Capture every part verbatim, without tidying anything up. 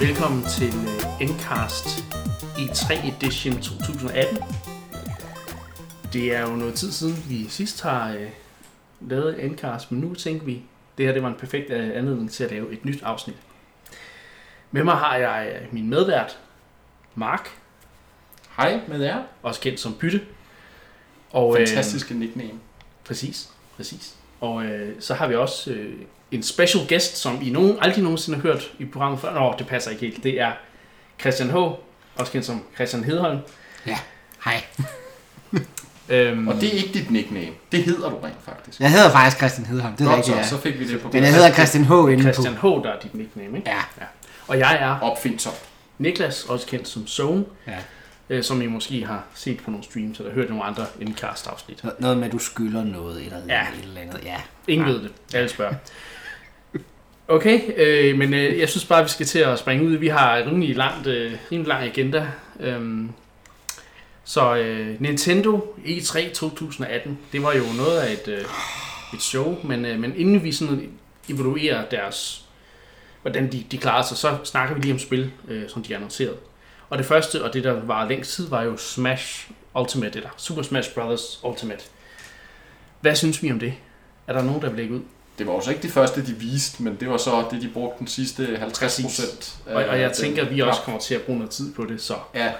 Velkommen til Endcast E tre Edition to tusind atten. Det er jo noget tid siden, vi sidst har øh, lavet Endcast, men nu tænker vi, det her det var en perfekt anledning til at lave et nyt afsnit. Med mig har jeg min medvært, Mark. Hej med jer. Også kendt som Pytte. Og, Fantastiske øh, nickname. Præcis, præcis. Og øh, så har vi også øh, en special guest, som I nogen, aldrig nogensinde har hørt i programmet før. Nå, det passer ikke helt. Det er Christian H., også kendt som Christian Hedholm. Ja, hej. øhm, Og det er ikke dit nickname. Det hedder du rent faktisk. Jeg hedder faktisk Christian Hedholm. Det er Godt, rigtigt, så, ja. så fik vi det på. Men jeg hedder Christian H. inde Christian på. H., der er dit nickname, ikke? Ja. ja. Og jeg er Opfindsom. Niklas, også kendt som Zone. Ja. Øh, som I måske har set på nogle streams, eller hørt nogle andre Endcast-afsnit. Noget med, at du skylder noget, eller Ja. et eller andet. Ja. Ingen ved det. Alle spørger. Okay, øh, men øh, jeg synes bare, at vi skal til at springe ud. Vi har en rimelig, langt, øh, rimelig lang agenda. Øhm, så øh, Nintendo E tre to tusind atten, det var jo noget af et, øh, et show, men, øh, men inden vi sådan evaluerer deres, hvordan de, de klarer sig, så snakker vi lige om spil, øh, som de annoncerede. Og det første, og det der var længst tid, var jo Smash Ultimate, eller Super Smash Bros. Ultimate. Hvad synes vi om det? Er der nogen, der vil lægge ud? Det var også ikke det første, de viste, men det var så det, de brugte den sidste halvtreds procent. Og, og jeg tænker, at vi også kommer til at bruge noget tid på det, så... Ja.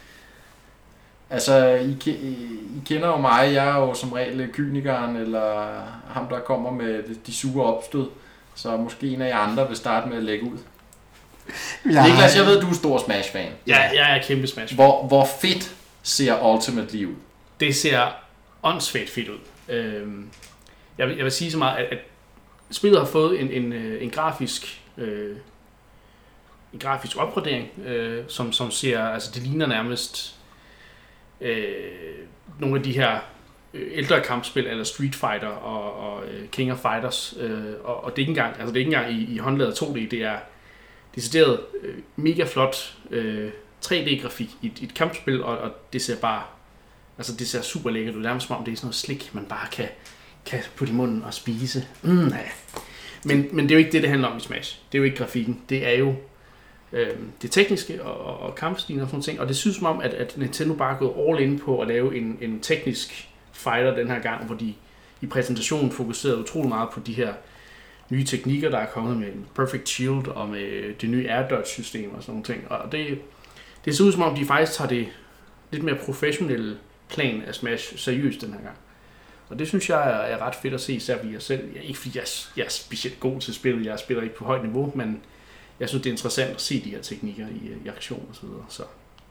Altså, I, I kender jo mig. Jeg er jo som regel kynikeren, eller ham, der kommer med de sure opstød. Så måske en af jer andre vil starte med at lægge ud. Ja. Niklas, jeg ved, du er stor Smash-fan. Ja, jeg er kæmpe Smash-fan. Hvor, hvor fedt ser Ultimate lige ud? Det ser åndssvagt fedt ud. Øhm, jeg, vil, jeg vil sige så meget, at, at spillet har fået en, en, en grafisk øh, en grafisk opgradering, øh, som, som ser, altså det ligner nærmest øh, nogle af de her ældre kampspil, eller Street Fighter og, og King of Fighters, øh, og, og det er ikke engang, altså det er ikke engang i, i håndlaget to D, det er decideret øh, mega flot øh, tre D-grafik i et, et kampspil, og, og det ser bare, altså det ser super lækkert ud, nærmest som om det er sådan noget slik, man bare kan, kan putte i munden og spise. Mm, ja. men, men det er jo ikke det, det handler om i Smash. Det er jo ikke grafikken, det er jo øh, det tekniske og, og, og kampstilen og sådan ting, og det synes som om, at, at Nintendo bare er gået all in på at lave en, en teknisk fighter den her gang, hvor de i præsentationen fokuserede utrolig meget på de her nye teknikker, der er kommet med en Perfect Shield og med det nye Air Dodge system og sådan nogle ting. Og det, det ser ud som om, de faktisk tager det lidt mere professionelle plan af Smash seriøst den her gang. Og det synes jeg er, er ret fedt at se, især fordi jeg selv, jeg, ikke fordi jeg, jeg er specielt god til spillet, jeg spiller ikke på højt niveau, men jeg synes, det er interessant at se de her teknikker i, i aktion og så videre. Så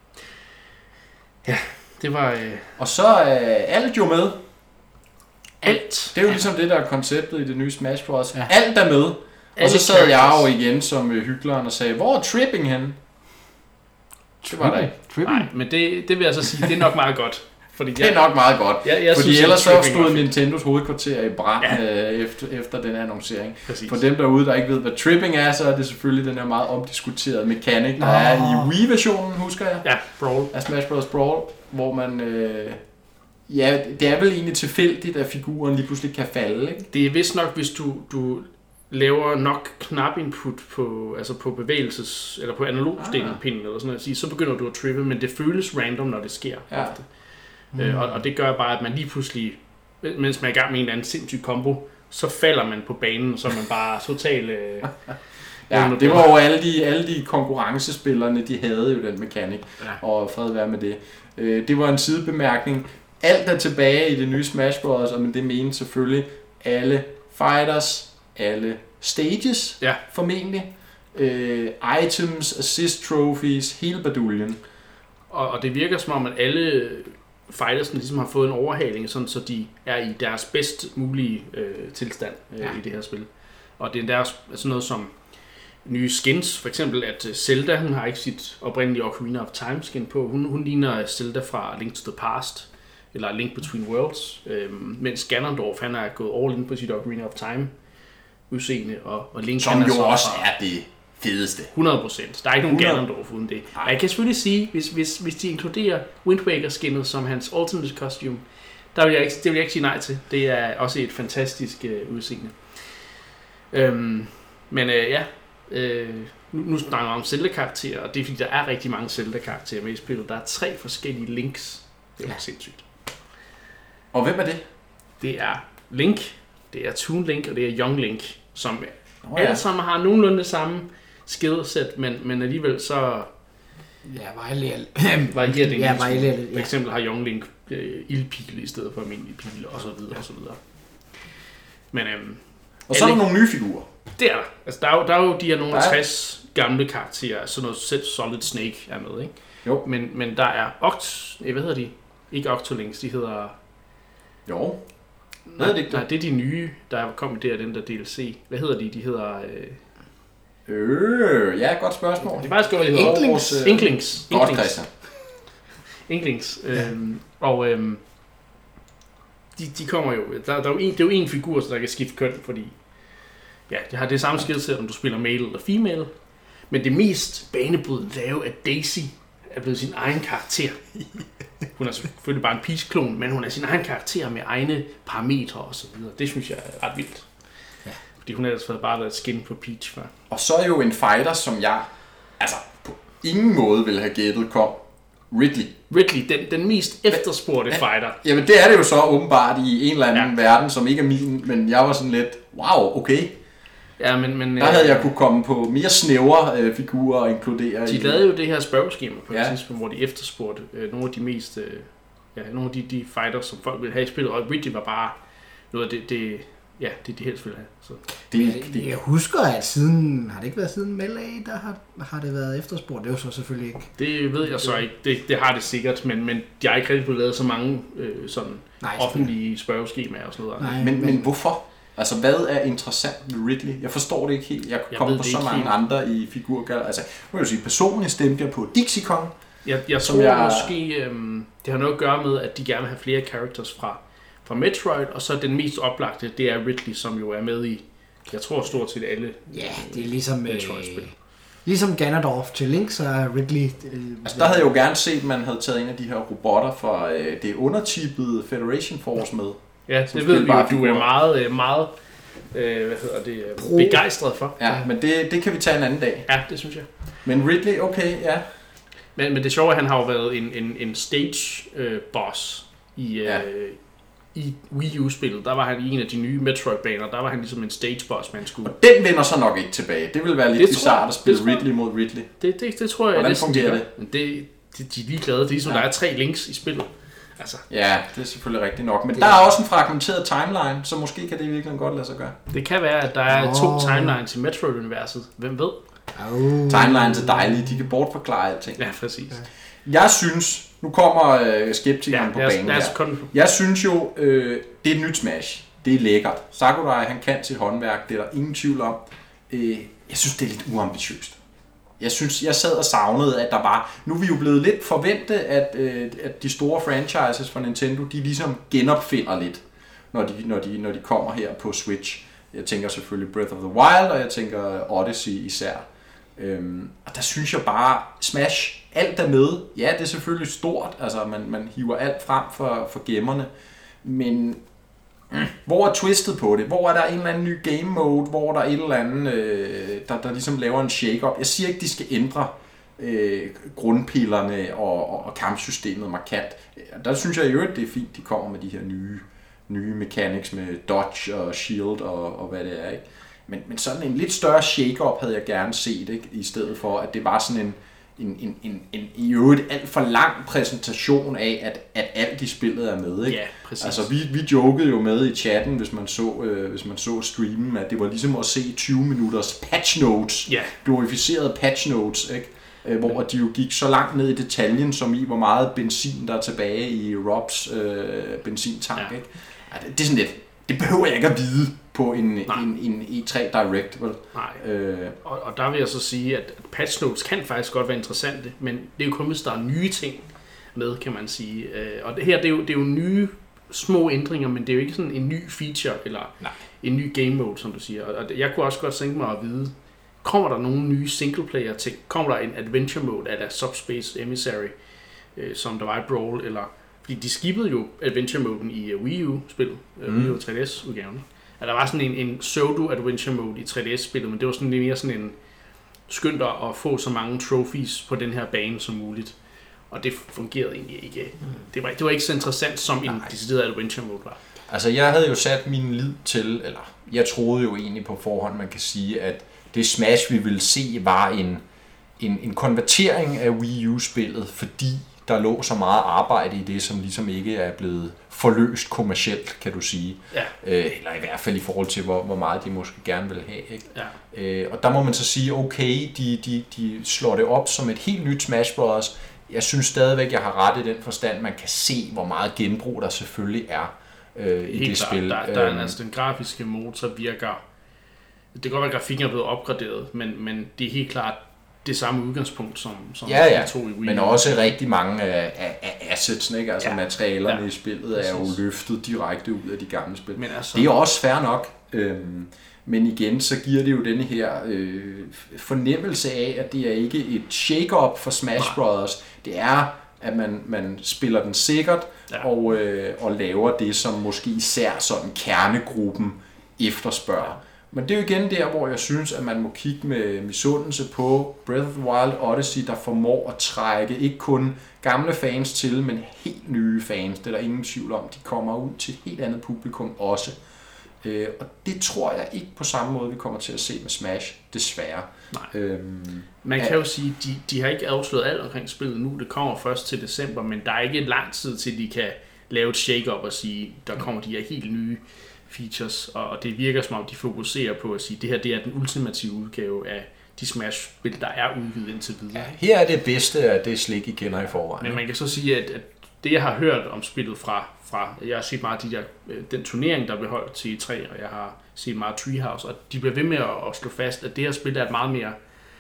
ja, det var... Øh... Og så er alt jo med. Alt. Det er jo ligesom det, der er konceptet i det nye Smash Bros. Ja. Alt er med. Alle og så sad jeg characters. jo igen som uh, hykleren og sagde, hvor er tripping henne? Det var der ikke. Tripping? Nej, men det, det vil jeg så sige, det er nok meget godt. Fordi Det er nok meget godt. Jeg, jeg fordi synes, ellers så tripping stod var fedt. Nintendos hovedkvarter i brand Ja. øh, efter, efter den annoncering. Præcis. For dem derude, der ikke ved, hvad tripping er, så er det selvfølgelig den her meget omdiskuterede mekanik, der er i Wii-versionen, husker jeg. Ja, Brawl. Af Smash Bros. Brawl, hvor man... Øh, ja, det er vel egentlig tilfældigt, at figuren lige pludselig kan falde, ikke? Det er vist nok, hvis du, du laver nok knap-input på, altså på bevægelses- eller på analogstenen Ah. pinden eller sådan noget, sige, så begynder du at trippe, men det føles random, når det sker Ja. ofte. Mm. Øh, og, og det gør bare, at man lige pludselig, mens man er i gang med en eller anden sindssyg kombo, så falder man på banen, og så er man bare totalt... Øh, Ja, det var jo alle de, alle de konkurrencespillerne, de havde jo den mekanik, Ja. og fred være med det. Øh, det var en sidebemærkning. Alt er tilbage i det nye Smash Bros., og men det mener selvfølgelig alle fighters, alle stages, Ja. formentlig, øh, items, assist trophies, hele baduljen. Og, og det virker som om, at alle fightersne ligesom har fået en overhaling, sådan, så de er i deres bedst mulige øh, tilstand øh, Ja. i det her spil. Og det er deres sådan noget som nye skins, for eksempel at Zelda, hun har ikke sit oprindelige Ocarina of Time skin på. Hun, hun ligner Zelda fra Link to the Past, eller Link Between Worlds, øhm, mens Ganondorf, han er gået all in på sit Ocarina of Time udseende, og, og Link Som han er jo så også fra er det fedeste. hundrede procent. Der er ikke nogen hundrede Ganondorf uden det. Men jeg kan selvfølgelig sige, hvis, hvis, hvis de inkluderer Wind Waker-skinnet som hans Ultimate Costume, der vil jeg ikke, det vil jeg ikke sige nej til. Det er også et fantastisk øh, udseende. Øhm, men øh, ja, øh, nu, nu snakker jeg om Zelda-karakterer, og det er fordi, der er rigtig mange Zelda-karakterer med i spillet. Der er tre forskellige Links. Det er jo ja. sindssygt. Og hvem er det? Det er Link, det er Toon Link, og det er Young Link, som oh, ja. alle sammen har nogenlunde det samme skillset, men, men alligevel så ja, varierer varierer det. Ja, varierer det. For eksempel har Young Link øh, ildpile i stedet for almindelige pile, og så videre, og så videre. Men, øhm, og så er der nogle nye figurer. Det er der. Altså, der er jo, der er jo de her nogle tres gamle karakterer, sådan noget Set Solid Snake er med, ikke? Jo. Men, men der er Oct... Hvad hedder de? Ikke Octolinks, de hedder... Jo. Nej, det, nej, det er de nye, der er kommet der, den der D L C. Hvad hedder de? De hedder... Øh... Øh, ja, godt spørgsmål. Det er faktisk godt, hvad de hedder. Inklings. Øh... Inklings. Godt, Christian. Inklings. Øhm, og øhm, de, de kommer jo... Der, der er jo en, det er jo en figur, der kan skifte køn, fordi... Ja, det har det samme skillset, om du spiller male eller female. Men det mest banebrydende er jo, at Daisy er blevet sin egen karakter. Hun er selvfølgelig bare en Peach-klon, men hun er sin egen karakter med egne parametre og så videre. Det synes jeg er ret vildt. Ja. Fordi hun ellers havde bare været skin på Peach før. Og så er jo en fighter, som jeg altså på ingen måde ville have gættet kom. Ridley. Ridley, den, den mest efterspurgte ja, fighter. Jamen det er det jo så åbenbart i en eller anden ja. verden, som ikke er min, men jeg var sådan lidt, wow, okay. Ja, men, men, der havde jeg kunne komme på mere snævre øh, figurer og inkludere. De lavede jo det her spørgeskema på et ja. tidspunkt, hvor de efterspurgte øh, nogle af de mest, øh, ja, nogle af de, de fighters, som folk ville have i spillet, og Ridley var bare noget af det, det, ja, det de helst ville have. Så. Det, det, jeg husker, at siden, har det ikke været siden Melee, der har, har det været efterspurgt? Det er jo så selvfølgelig ikke. Det ved jeg så ikke. Det, det har det sikkert, men, men de har ikke rigtig blevet lavet så mange øh, sådan Nej, offentlige spørgeskemaer og sådan noget. Nej, men, men hvorfor? Altså, hvad er interessant med Ridley? Jeg forstår det ikke helt. Jeg kan komme på så mange helt. andre i figurgal. Altså, må jeg sige, personligt stemte jeg på Dixie Kong. Jeg, jeg tror jeg... måske, øhm, det har noget at gøre med, at de gerne vil have flere characters fra, fra Metroid, og så den mest oplagte, det er Ridley, som jo er med i, jeg tror stort set alle ja, det er ligesom Metroid-spil. Øh, ligesom Ganondorf til Link, så er Ridley... Øh, altså, der havde jeg jo gerne set, at man havde taget en af de her robotter fra øh, det undertippede Federation Force med. Ja, det ved vi jo, du er meget, meget øh, hvad hedder det, begejstret for. Ja, men det, det kan vi tage en anden dag. Ja, det synes jeg. Men Ridley, okay, ja. Men, men det sjove er, at han har jo været en, en, en stage øh, boss i, øh, ja. i Wii U-spillet. Der var han i en af de nye Metroid-baner, der var han ligesom en stage boss, man skulle... Og den vender så nok ikke tilbage. Det vil være lidt bizarrt at spille Ridley mod Ridley. Det, det, det tror jeg, Hvordan fungerer det? det? det de, de er ligeglade. Det er ligesom, ja. Der er tre links i spillet. Altså. Ja, det er selvfølgelig rigtigt nok. Men det der er også en fragmenteret timeline, så måske kan det virkelig godt lade sig gøre. Det kan være, at der er oh. to timelines i Metroid-universet. Hvem ved? Oh. Timelines er dejlige. De kan bortforklare alting. Ja, præcis. Ja. Jeg synes, nu kommer øh, skeptikeren ja, på banen her. Jeg synes jo, øh, det er et nyt Smash. Det er lækkert. Sakurai, han kan sit håndværk. Det er der ingen tvivl om. Øh, jeg synes, det er lidt uambitiøst. Jeg synes, jeg sad og savnede, at der var... Nu er vi jo blevet lidt forventet, at, øh, at de store franchises fra Nintendo, de ligesom genopfinder lidt, når de, når, de, når de kommer her på Switch. Jeg tænker selvfølgelig Breath of the Wild, og jeg tænker Odyssey især. Øhm, og der synes jeg bare, Smash, alt er med. Ja, det er selvfølgelig stort, altså man, man hiver alt frem for, for gemmerne, men... Hvor er twistet på det? Hvor er der en eller anden ny game mode? Hvor er der et eller andet, øh, der, der ligesom laver en shake-up? Jeg siger ikke, de skal ændre øh, grundpillerne og, og, og kampsystemet markant. Der synes jeg jo, at det er fint, de kommer med de her nye, nye mechanics med dodge og shield og, og hvad det er. Ikke? Men, men sådan en lidt større shake-up havde jeg gerne set, ikke? I stedet for, at det var sådan en En, en, en, en i øvrigt alt for lang præsentation af, at, at alt i spillet er med, ikke? Ja, præcis. Altså, vi, vi jokede jo med i chatten, hvis man så, øh, hvis man så streamen, at det var ligesom at se tyve minutters patch notes, ja. glorificerede patch notes, ikke? Øh, hvor de jo gik så langt ned i detaljen, som i hvor meget benzin, der er tilbage i Robs øh, benzintank, ja. Ikke? Ja, det, det er sådan lidt, det behøver jeg ikke at vide på en, en, en E tre Direct, vel? Nej, øh. og, og der vil jeg så sige, at patch notes kan faktisk godt være interessante, men det er jo kun, hvis der er nye ting med, kan man sige. Og det her, det er jo, det er jo nye små ændringer, men det er jo ikke sådan en ny feature, eller Nej. en ny game mode, som du siger. Og jeg kunne også godt tænke mig at vide, kommer der nogle nye singleplayer ting? Kommer der en adventure mode, eller Subspace Emissary, som der var i Brawl, eller... Fordi de skippede jo adventure-moden i Wii U-spillet, mm. Wii U tre D S-udgaven. At der var sådan en, en pseudo-adventure-mode i tre D S-spillet, men det var sådan lidt mere sådan en, skynd dig at få så mange trophies på den her bane som muligt. Og det fungerede egentlig ikke. Det var, det var ikke så interessant, som en decideret adventure mode var. Altså, jeg havde jo sat min lid til, eller jeg troede jo egentlig på forhånd, man kan sige, at det Smash, vi ville se, var en, en, en konvertering af Wii U-spillet, fordi der lå så meget arbejde i det, som ligesom ikke er blevet forløst kommercielt, kan du sige. Ja. Øh, eller i hvert fald i forhold til, hvor, hvor meget de måske gerne vil have. Ikke? Ja. Øh, og der må man så sige, okay, de, de, de slår det op som et helt nyt Smash Bros. Jeg synes stadigvæk, jeg har ret i den forstand, man kan se, hvor meget genbrug der selvfølgelig er øh, i det klart. spil. Der, der er, altså, den grafiske motor virker... Det kan godt være, at grafikken er blevet opgraderet, men, men det er helt klart det samme udgangspunkt, som, som ja, ja. de to i Wii. Men også rigtig mange af, af, af assets, ikke? Altså ja. materialerne ja. i spillet er jo løftet direkte ud af de gamle spil. Men altså, det er også fair nok, øhm, men igen, så giver det jo denne her øh, fornemmelse af, at det er ikke et shake-up for Smash Bros. Det er, at man, man spiller den sikkert ja. og, øh, og laver det, som måske især sådan kernegruppen efterspørger. Ja. Men det er jo igen der, hvor jeg synes, at man må kigge med misundelse på Breath of the Wild Odyssey, der formår at trække ikke kun gamle fans til, men helt nye fans. Det er der ingen tvivl om. De kommer ud til et helt andet publikum også. Øh, og det tror jeg ikke på samme måde, vi kommer til at se med Smash, desværre. Nej. Øhm, Man kan at, jo sige, at de, de har ikke afsløret alt omkring spillet nu. Det kommer først til december, men der er ikke lang tid til, de kan lave et shake-up og sige, der kommer de her helt nye features, og det virker som om, de fokuserer på at sige, at det her det er den ultimative udgave af de Smash-spil, der er udgivet indtil videre. Ja, her er det bedste af det slik, I kender i forvejen. Men man kan så sige, at, at det, jeg har hørt om spillet fra, fra jeg har set meget de der, den turnering, der blev holdt til E tre, og jeg har set meget Treehouse, og de bliver ved med at, at slå fast, at det her spil er et meget mere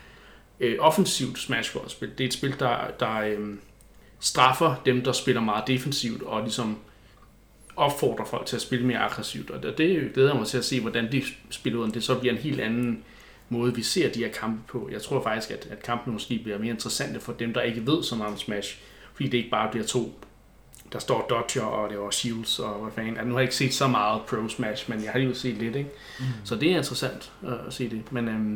øh, offensivt Smash Bros. Spil. Det er et spil, der, der øh, straffer dem, der spiller meget defensivt, og ligesom opfordrer folk til at spille mere aggressivt, og det glæder mig til at se, hvordan de spiller ud, det så bliver en helt anden måde, vi ser de her kampe på. Jeg tror faktisk, at, at kampene måske bliver mere interessante for dem, der ikke ved så meget om Smash, fordi det ikke bare bliver to, der står Dodger, og det var Shields, og hvad fanden. Altså, nu har jeg ikke set så meget Pro Smash, men jeg har lige set lidt, ikke? Mm. Så det er interessant uh, at se det. Men øhm,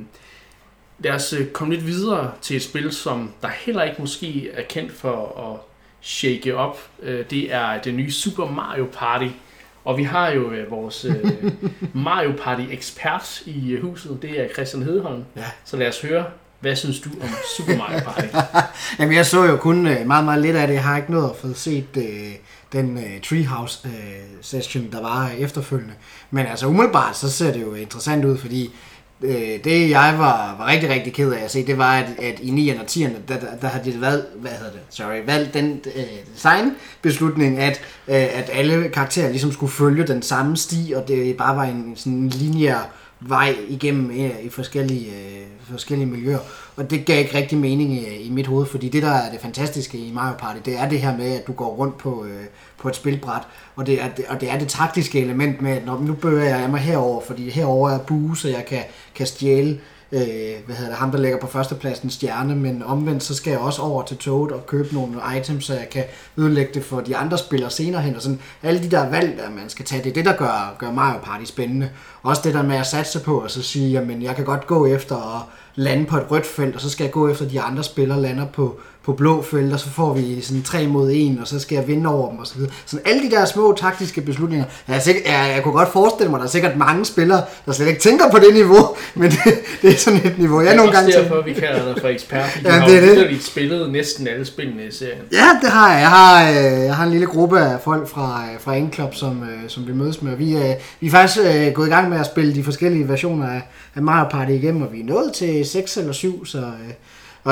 lad os uh, komme lidt videre til et spil, som der heller ikke måske er kendt for at shake op. Det er det nye Super Mario Party, og vi har jo vores Mario Party ekspert i huset, det er Christian Hedeholm. Ja. Så lad os høre, hvad synes du om Super Mario Party? Jamen jeg så jo kun meget, meget lidt af det. Jeg har ikke nået at få set uh, den uh, Treehouse uh, session, der var efterfølgende. Men altså umiddelbart, så ser det jo interessant ud, fordi det jeg var, var rigtig, rigtig ked af at se, det var, at, at i nierne og tierne, der, der, der har de valgt, hvad hedder det, sorry, valgt den øh, designbeslutning, at, øh, at alle karakterer ligesom skulle følge den samme sti, og det bare var en sådan lineær vej igennem øh, i forskellige, øh, forskellige miljøer. Og det gav ikke rigtig mening i, i mit hoved, fordi det, der er det fantastiske i Mario Party, det er det her med, at du går rundt på, øh, på et spilbræt, og det, er, og det er det taktiske element med, at når nu bevæger jeg mig herover, fordi herover er bue, så jeg kan, kan stjæle øh, hvad hedder det, ham, der ligger på førstepladsen stjerne, men omvendt så skal jeg også over til Toad og købe nogle items, så jeg kan ødelægge det for de andre spillere senere hen, og sådan alle de der valg, der man skal tage, det er det, der gør, gør Mario Party spændende. Også det der med at satse på, og så sige, jamen jeg kan godt gå efter at lande på et rødt felt, og så skal jeg gå efter de andre spillere lander på, på blå felt, og så får vi sådan tre mod en, og så skal jeg vinde over dem, og så videre. Sådan alle de der små taktiske beslutninger. Jeg, sikkert, jeg, jeg kunne godt forestille mig, at der er sikkert mange spillere, der slet ikke tænker på det niveau, men det, det er sådan et niveau, jeg, jeg nogle gange tænker. Det er derfor, vi kalder dig for ekspert, fordi ja, du har jo virkelig spillet næsten alle spillene i serien. Ja, det har jeg. Jeg har, jeg har en lille gruppe af folk fra, fra N-Club, som, som vi mødes med. Vi, vi er faktisk gået i gang med at spille de forskellige versioner af, af Mario Party igennem, og vi er nået til seks eller syv, så... Og,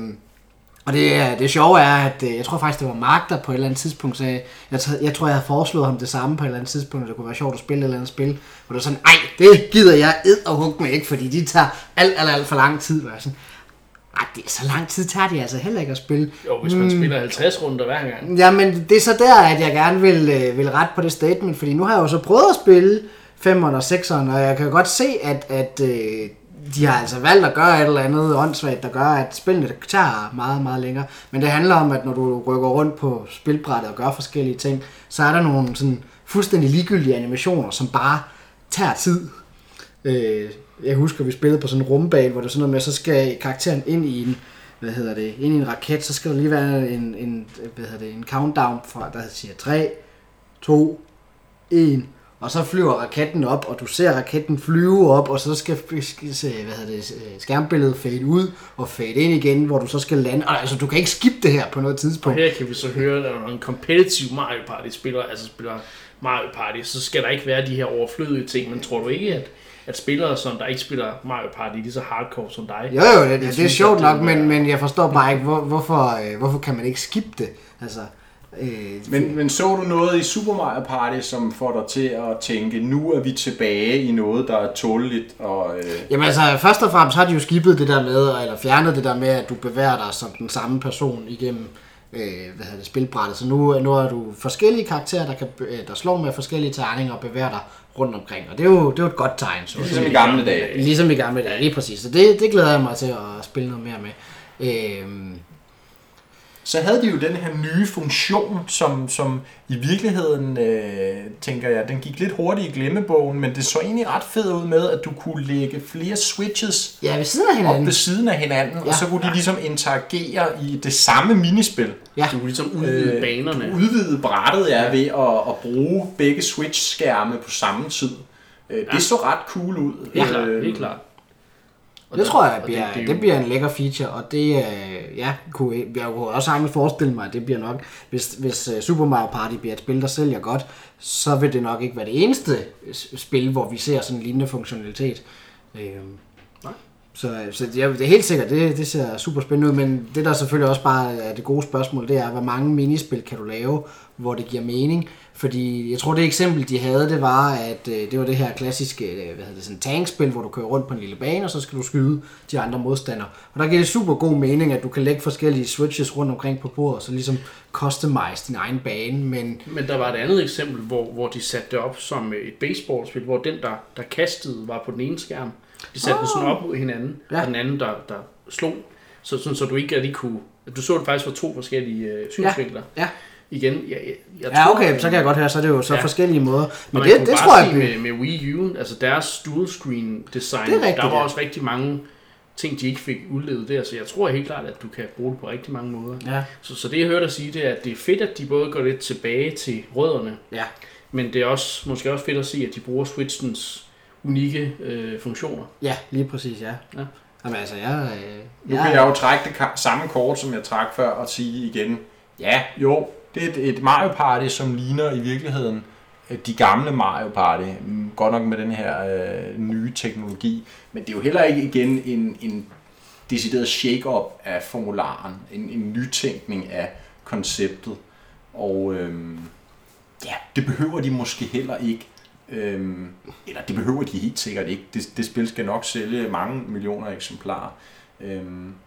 Og det, det sjove er, at jeg tror faktisk, det var Mark, der på et eller andet tidspunkt sagde, jeg, jeg tror, jeg havde foreslået ham det samme på et eller andet tidspunkt, at det kunne være sjovt at spille et eller andet spil. Og det var sådan, ej, det gider jeg ed og hug med ikke, fordi de tager alt, alt, alt for lang tid. Og jeg sådan, ej, det er så lang tid tager de altså heller ikke at spille. Jo, hvis man mm. spiller halvtreds runder hver gang. Jamen, det er så der, at jeg gerne vil, vil rette på det statement, fordi nu har jeg jo så prøvet at spille femeren og sekseren, og jeg kan godt se, at, at de har altså valgt at gøre et eller andet åndssvagt, der gør, at spillene tager meget, meget længere. Men det handler om, at når du rykker rundt på spilbrættet og gør forskellige ting, så er der nogle sådan fuldstændig ligegyldige animationer, som bare tager tid. Øh, jeg husker, vi spillede på sådan en rumbane, hvor det er sådan noget med, så skal karakteren ind i en, hvad hedder det, ind i en raket, så skal der lige være en, en, hvad hedder det, en countdown fra, der siger tre, to, et, og så flyver raketten op, og du ser raketten flyve op, og så skal, skal hvad hedder det, skærmbilledet fade ud og fade ind igen, hvor du så skal lande. Altså, du kan ikke skippe det her på noget tidspunkt. Og her kan vi så høre, at når en competitive Mario Party spiller, altså spiller Mario Party, så skal der ikke være de her overflødige ting, men tror du ikke, at at spillere, som der ikke spiller Mario Party, lige så hardcore som dig? Jo, jo, det, det, det er sjovt nok, men, men jeg forstår bare ikke, hvor, hvorfor, øh, hvorfor kan man ikke skippe det? Altså, øh, men, men så du noget i Super Mario Party, som får dig til at tænke, nu er vi tilbage i noget, der er tåleligt? Og, øh... Jamen altså, først og fremmest har de jo skippet det der med, eller fjernet det der med, at du bevæger dig som den samme person igennem øh, hvad hedder det, spilbrættet. Så nu, nu er du forskellige karakterer, der, kan, der slår med forskellige terninger og bevæger dig rundt omkring. Og det er jo, det er jo et godt tegn. Så. Ligesom i gamle dage. Ligesom i gamle dage, lige præcis. Så det, det glæder jeg mig til at spille noget mere med. Øhm. Så havde de jo den her nye funktion, som, som i virkeligheden, øh, tænker jeg, den gik lidt hurtigt i glemmebogen, men det så egentlig ret fedt ud med, at du kunne lægge flere switches ja, ved siden af hinanden. op ved siden af hinanden, ja. Og så kunne de ligesom interagere i det samme minispil. Ja. Du kunne ligesom udvide øh, banerne. Udvide brættet, ja, ved at, at bruge begge switch-skærme på samme tid. Øh, det ja. Så ret cool ud. Helt klart, øh, helt klart. Og det der, tror jeg, bliver, det, det, det bliver en lækker feature, og det, øh, ja, kunne, jeg kunne også sagtens forestille mig, at det bliver nok, hvis, hvis Super Mario Party bliver et spil, der sælger godt, så vil det nok ikke være det eneste spil, hvor vi ser sådan en lignende funktionalitet. Øh, så så ja, det er helt sikkert, det, det ser super spændende ud, men det der selvfølgelig også bare er det gode spørgsmål, det er, hvor mange minispil kan du lave, hvor det giver mening. Fordi jeg tror, det eksempel, de havde, det var, at øh, det var det her klassiske hvad hedder det, sådan tankspil, hvor du kører rundt på en lille bane, og så skal du skyde de andre modstandere. Og der giver det super god mening, at du kan lægge forskellige switches rundt omkring på bordet, så ligesom customize din egen bane. Men, men der var et andet eksempel, hvor, hvor de satte det op som et baseballspil, hvor den, der, der kastede, var på den ene skærm. De satte oh. den sådan op mod hinanden, ja. Og den anden, der, der slog. Så, sådan, så du ikke rigtig kunne... Du så det faktisk fra to forskellige øh, synsvinkler. Ja. Ja. Igen, jeg, jeg, jeg ja, tror, okay, så kan jeg godt høre, så er det jo så ja. forskellige måder. Men det, det tror jeg... Med, med Wii U, altså deres dual screen design, rigtigt, der var ja. også rigtig mange ting, de ikke fik udlevet der, så jeg tror helt klart, at du kan bruge det på rigtig mange måder. Ja. Så, så det jeg hørte dig sige, det er, at det er fedt, at de både går lidt tilbage til rødderne, ja. Men det er også måske også fedt at se, at de bruger Switchens unikke øh, funktioner. Ja, lige præcis, ja. ja. Jamen altså, jeg... Øh, nu kan jeg, jeg jo trække det samme kort, som jeg trak før, og sige igen, ja, jo, det er et, et Mario Party, som ligner i virkeligheden de gamle Mario Party, godt nok med den her øh, nye teknologi, men det er jo heller ikke igen en, en decideret shake-up af formularen, en, en nytænkning af konceptet, og øh, ja, det behøver de måske heller ikke, øh, eller det behøver de helt sikkert ikke, det, det spil skal nok sælge mange millioner eksemplarer, øh,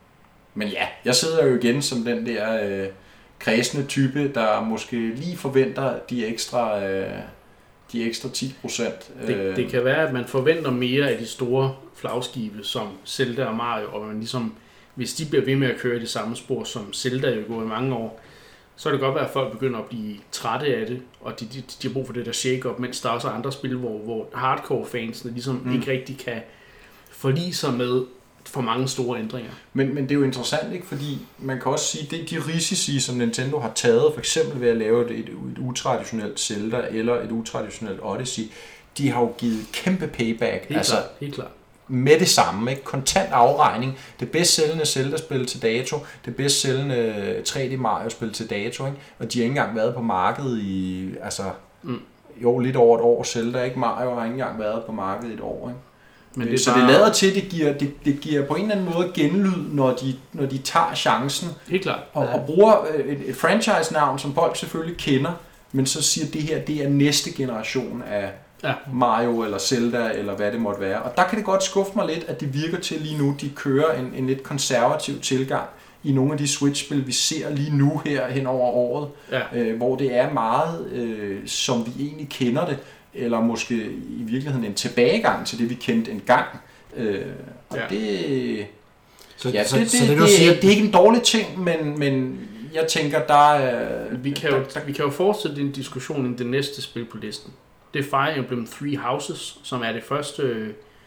men ja, jeg sidder jo igen som den der... Øh, kredsende type, der måske lige forventer de ekstra, øh, de ekstra ti procent. Det, det kan være, at man forventer mere af de store flagskibe, som Zelda og Mario, og man ligesom, hvis de bliver ved med at køre i det samme spor, som Zelda jo går i mange år, så er det godt være, at folk begynder at blive trætte af det, og de, de, de har brug for det der shake-up, mens der også er andre spil, hvor, hvor hardcore-fansene ligesom mm. ikke rigtig kan forlige sig med for mange store ændringer. Men, men det er jo interessant, ikke? Fordi man kan også sige, det de risici, som Nintendo har taget, for eksempel ved at lave et, et, et utraditionelt Zelda eller et utraditionelt Odyssey, de har jo givet kæmpe payback. Helt altså, klart, helt klart. Med det samme, ikke? Kontant afregning, det bedst sælgende Zelda-spil til dato, det bedst sælgende tre D Mario-spil til dato, ikke? Og de har ikke engang været på markedet i, altså, mm. jo, lidt over et år. Zelda, ikke? Mario har ikke engang været på markedet i et år, ikke? Men det så bare... det lader til, det giver, det, det giver på en eller anden måde genlyd, når de, når de tager chancen. Helt klart. Og, ja. og bruger et, et franchise-navn, som folk selvfølgelig kender, men så siger det her, det er næste generation af ja. Mario eller Zelda, eller hvad det måtte være. Og der kan det godt skuffe mig lidt, at det virker til lige nu, de kører en, en lidt konservativ tilgang i nogle af de Switch-spil, vi ser lige nu her hen over året, ja. øh, hvor det er meget, øh, som vi egentlig kender det, eller måske i virkeligheden en tilbagegang til det, vi kendte engang. Øh, og ja. det... Så, ja, så, det, det, så det, det, det, siger... det er ikke en dårlig ting, men, men jeg tænker, der er... Vi kan, jo, der, vi kan jo fortsætte en diskussion i det næste spil på listen. Det er Fire Emblem Three Houses, som er det første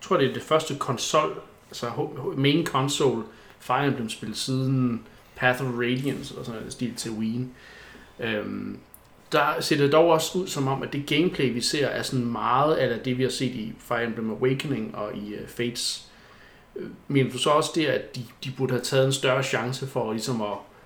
jeg tror det er det første konsol, altså main console Fire Emblem spil siden Path of Radiance eller sådan noget stil til Wii. Øhm, der ser det dog også ud som om, at det gameplay vi ser er sådan meget af det vi har set i Fire Emblem Awakening og i uh, Fates. Men du så også det, at de, de burde have taget en større chance for ligesom at...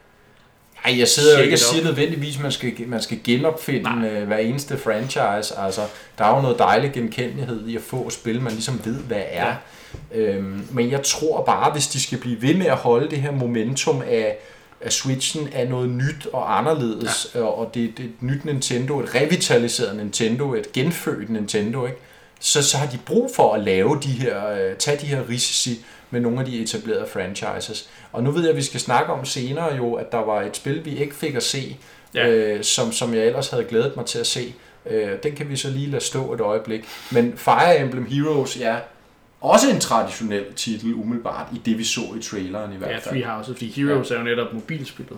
Nej, jeg sidder jo ikke og siger nødvendigvis, at man skal, man skal genopfinde uh, hver eneste franchise. Altså, der er jo noget dejlig genkendelighed i at få spil, man ligesom ved, hvad er. Ja. Øhm, men jeg tror bare, hvis de skal blive ved med at holde det her momentum af, af Switchen af noget nyt og anderledes, ja. og det, det er et nyt Nintendo, et revitaliseret Nintendo, et genfødt Nintendo, ikke? Så, så har de brug for at lave de her, uh, tage de her risici med nogle af de etablerede franchises. Og nu ved jeg, at vi skal snakke om senere jo, at der var et spil, vi ikke fik at se, ja. øh, som, som jeg ellers havde glædet mig til at se. Øh, den kan vi så lige lade stå et øjeblik. Men Fire Emblem Heroes er også en traditionel titel umiddelbart, i det vi så i traileren i hvert fald. Ja, Three Houses, fordi Heroes ja. er jo netop mobilspillet.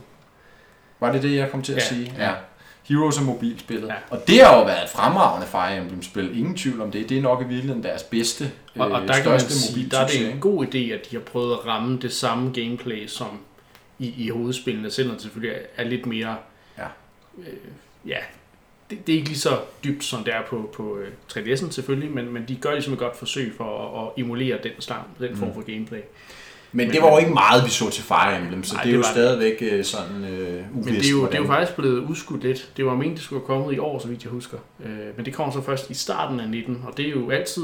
Var det det, jeg kom til at ja. sige? Ja. Heroes er mobilspillet. Ja. Og det har jo været et fremragende Fire Emblem-spil. Ingen tvivl om det. Det er nok i virkeligheden deres bedste, og, og øh, der største kan man sige, der er det en en god idé, at de har prøvet at ramme det samme gameplay som i, i hovedspillene, selvom selvfølgelig er, er lidt mere... Ja. Øh, ja, det, det er ikke lige så dybt, som det er på, på tre D S'en selvfølgelig, men, men de gør ligesom et godt forsøg for at, at emulere den, start, den form for gameplay. Men det var jo ikke meget, vi så til Fire Emblem, så nej, det er det jo stadigvæk det. sådan øh, uvist. Men det er, jo, det er jo faktisk blevet udskudt lidt. Det var ment, det skulle have kommet i år, så vidt jeg husker. Øh, men det kommer så først i starten af nitten, og det er jo altid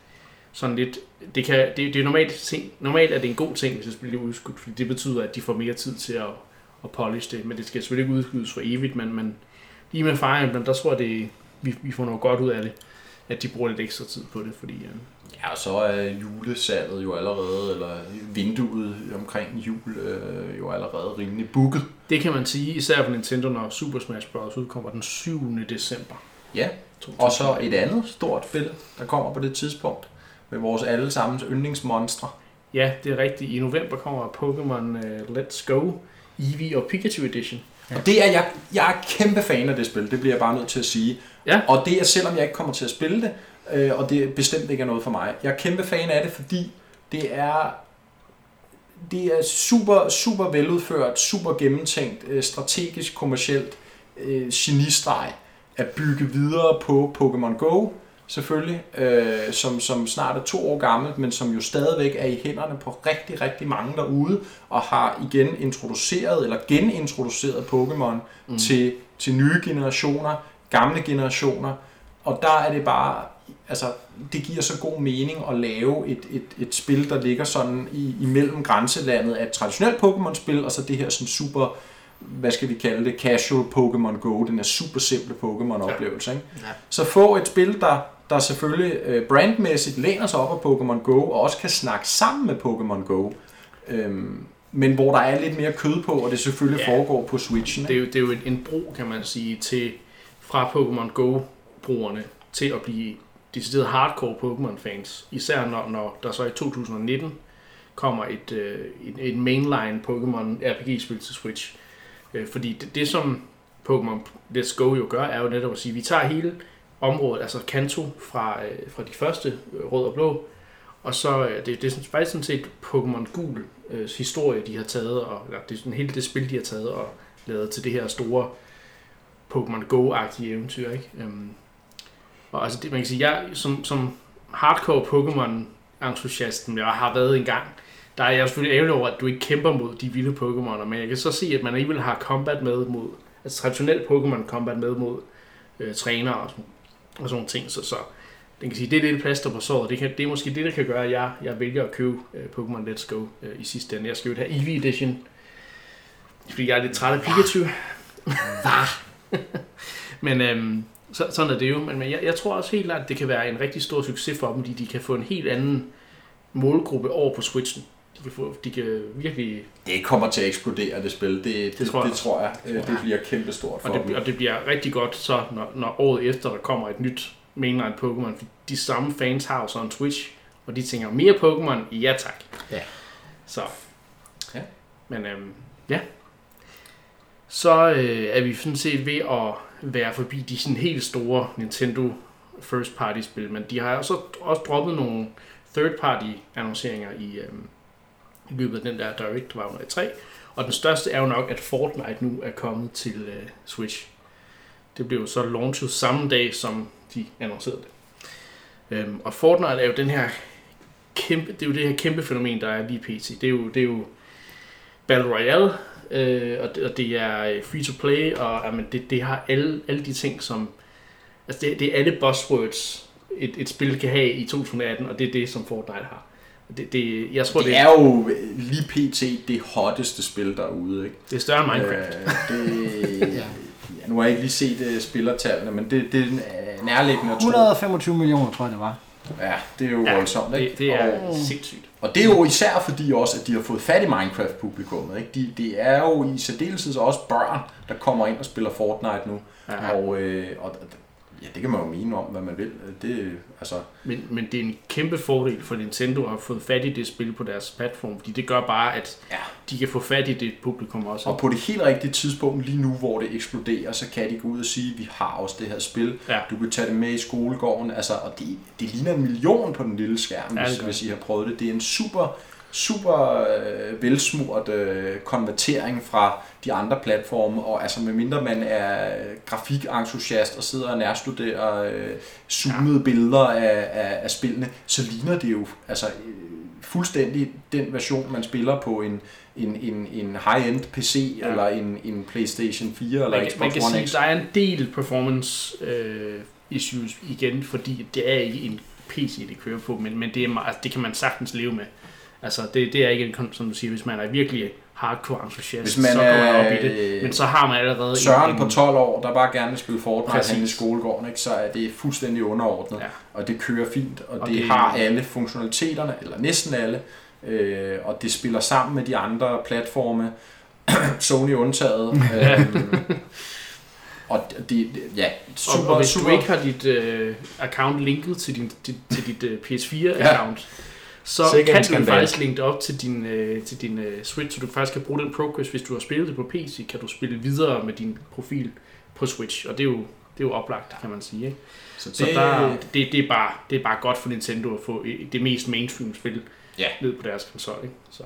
sådan lidt... Det, kan, det, det er normalt, ting, normalt er det en god ting, hvis det bliver udskudt, fordi det betyder, at de får mere tid til at, at polish det. Men det skal selvfølgelig ikke udskydes for evigt, men, men lige med Fire Emblem, der tror jeg, det, vi, vi får noget godt ud af det, at de bruger lidt ekstra tid på det, fordi... Øh, Ja, og så er julesalget jo allerede, eller vinduet omkring jul øh, jo allerede rimelig booket. Det kan man sige, især på Nintendo, når Super Smash Bros. Udkommer den syvende december. Ja, og så et andet stort spil, der kommer på det tidspunkt, med vores allesammens yndlingsmonstre. Ja, det er rigtigt. I november kommer Pokémon uh, Let's Go, Eevee og Pikachu Edition. Ja. Og det er, jeg, jeg er kæmpe fan af det spil, det bliver jeg bare nødt til at sige. Ja. Og det er, selvom jeg ikke kommer til at spille det, øh, og det bestemt ikke er noget for mig. Jeg er kæmpe fan af det, fordi det er, det er super, super veludført, super gennemtænkt, øh, strategisk, kommercielt øh, genistreg at bygge videre på Pokémon Go, selvfølgelig, øh, som, som snart er to år gammelt, men som jo stadigvæk er i hænderne på rigtig, rigtig mange derude, og har igen introduceret, eller genintroduceret Pokémon mm. til, til nye generationer, gamle generationer, og der er det bare, altså, det giver så god mening at lave et, et, et spil, der ligger sådan i, imellem grænselandet af et traditionelt Pokémon-spil, og så det her sådan super, hvad skal vi kalde det, casual Pokémon Go, den er super simple Pokémon-oplevelse. Ikke? Ja. Så få et spil, der, der selvfølgelig brandmæssigt læner sig op af Pokémon Go, og også kan snakke sammen med Pokémon Go, øhm, men hvor der er lidt mere kød på, og det selvfølgelig ja. foregår på Switchen. Det er jo, det er jo en bro, kan man sige, til fra Pokémon Go-brugerne til at blive decideret hardcore Pokémon-fans. Især når, når der så i to tusind nitten kommer et, øh, et, et mainline Pokémon R P G-spil til Switch. Øh, fordi det, det, som Pokémon Let's Go jo gør, er jo netop at sige, at vi tager hele området, altså Kanto fra, øh, fra de første øh, rød og blå, og så øh, det, det er faktisk sådan set Pokémon Gul øh, historie, de har taget, og eller, det er sådan hele det spil, de har taget og lavet til det her store Pokémon Go-agtige eventyr, ikke? Um, og altså det, man kan sige, jeg som, som hardcore Pokémon-entusiasten, jeg har været engang, der er jeg selvfølgelig ærgerlig over, at du ikke kæmper mod de vilde Pokémoner, men jeg kan så se, at man alligevel har combat med mod, altså traditionel Pokémon combat med mod øh, trænere og sådan, og sådan nogle ting, så, så den kan sige, det er lidt plaster på såret, det, kan, det er måske det, der kan gøre, at jeg, jeg vælger at købe øh, Pokémon Let's Go øh, i sidste ende. Jeg skal jo have Eevee Edition, fordi jeg er lidt træt af Pikachu. men øhm, så, sådan er det jo, men jeg, jeg tror også helt klart, at det kan være en rigtig stor succes for dem, fordi de kan få en helt anden målgruppe over på Switchen. De kan, få, de kan virkelig... Det kommer til at eksplodere, det spil. Det, det, det, tror, jeg. det tror jeg. Det bliver kæmpestort for og det, dem. Og det bliver rigtig godt, så når, når året efter, der kommer et nyt mainline Pokémon, for de samme fans har jo så en Twitch, og de tænker, mere Pokémon? Ja tak. Ja. Så. Ja. Men øhm, ja. Så øh, er vi sådan set ved at være forbi de sådan helt store Nintendo first party spil, men de har også, også droppet nogle third party annonceringer i, øh, i løbet af den der Direct, der var under E tre. Og den største er jo nok, at Fortnite nu er kommet til øh, Switch. Det blev jo så launchet samme dag, som de annoncerede det. Øhm, og Fortnite er jo den her kæmpe, det er jo det her kæmpe fænomen, der er lige pt. Det er jo, det er jo Battle Royale, øh, og, det, og det er free to play, og jamen, det, det har alle, alle de ting, som... Altså det, det er alle buzzwords, et, et spil kan have i to tusind atten, og det er det, som Fortnite har. Det, det, jeg tror, det, det er jo lige pt. Det hotteste spil derude, ikke? Det er større end Minecraft. Øh, det, ja. Ja, nu har jeg ikke lige set uh, spillertallene, men det, det er nærliggende at tro. et hundrede og femogtyve millioner, tror jeg, det var. Ja, det er jo ja, voldsomt, ikke? Det, det er og, sindssygt. Og det er jo især fordi også, at de har fået fat i Minecraft-publikummet, ikke? De, det er jo i særdeleshed også børn, der kommer ind og spiller Fortnite nu. Ja. Og, øh, og ja, det kan man jo mene om, hvad man vil. Det, altså... men, men det er en kæmpe fordel for Nintendo at have fået fat i det spil på deres platform, fordi det gør bare, at ja. de kan få fat i det publikum også. Og på det helt rigtige tidspunkt, lige nu hvor det eksploderer, så kan de gå ud og sige, at vi har også det her spil. Ja. Du kan tage det med i skolegården, altså, og det, det ligner en million på den lille skærm, ja, hvis, hvis I har prøvet det. Det er en super... super øh, velsmurt øh, konvertering fra de andre platforme, og altså medmindre man er grafikenksusiast og sidder og nærstuderer øh, zoomede ja. billeder af, af, af spillene, så ligner det jo altså øh, fuldstændig den version, man spiller på en, en, en, en high-end P C ja. eller en, en PlayStation fire eller man, Xbox man kan One sige, X. Der er en del performance øh, issues igen, fordi det er ikke en P C, det kører på, men, men det, er meget, altså, det kan man sagtens leve med. Altså, det, det er ikke en, som du siger, hvis man er virkelig hardcore entusiast, så går man op i det. Men så har man allerede... Søren en, på tolv år, der bare gerne vil spille Fortnite hen i skolegården, ikke? Så er det fuldstændig underordnet, ja. og det kører fint, og, og det, det har alle funktionaliteterne, eller næsten alle, øh, og det spiller sammen med de andre platforme, Sony undtaget. øh, og det, ja, super, og, og hvis super. du ikke har dit øh, account linket til, din, til, til dit øh, P S fire-account, ja. så Sikke kan du faktisk linke det op til din, øh, til din øh, Switch, så du faktisk kan bruge den progress. Hvis du har spillet det på P C, kan du spille videre med din profil på Switch, og det er jo, det er jo oplagt, kan man sige. Ikke? Så, det, så der, det, det, er bare, det er bare godt for Nintendo at få det mest mainstream spil ja. ned på deres konsol. Ikke? Så,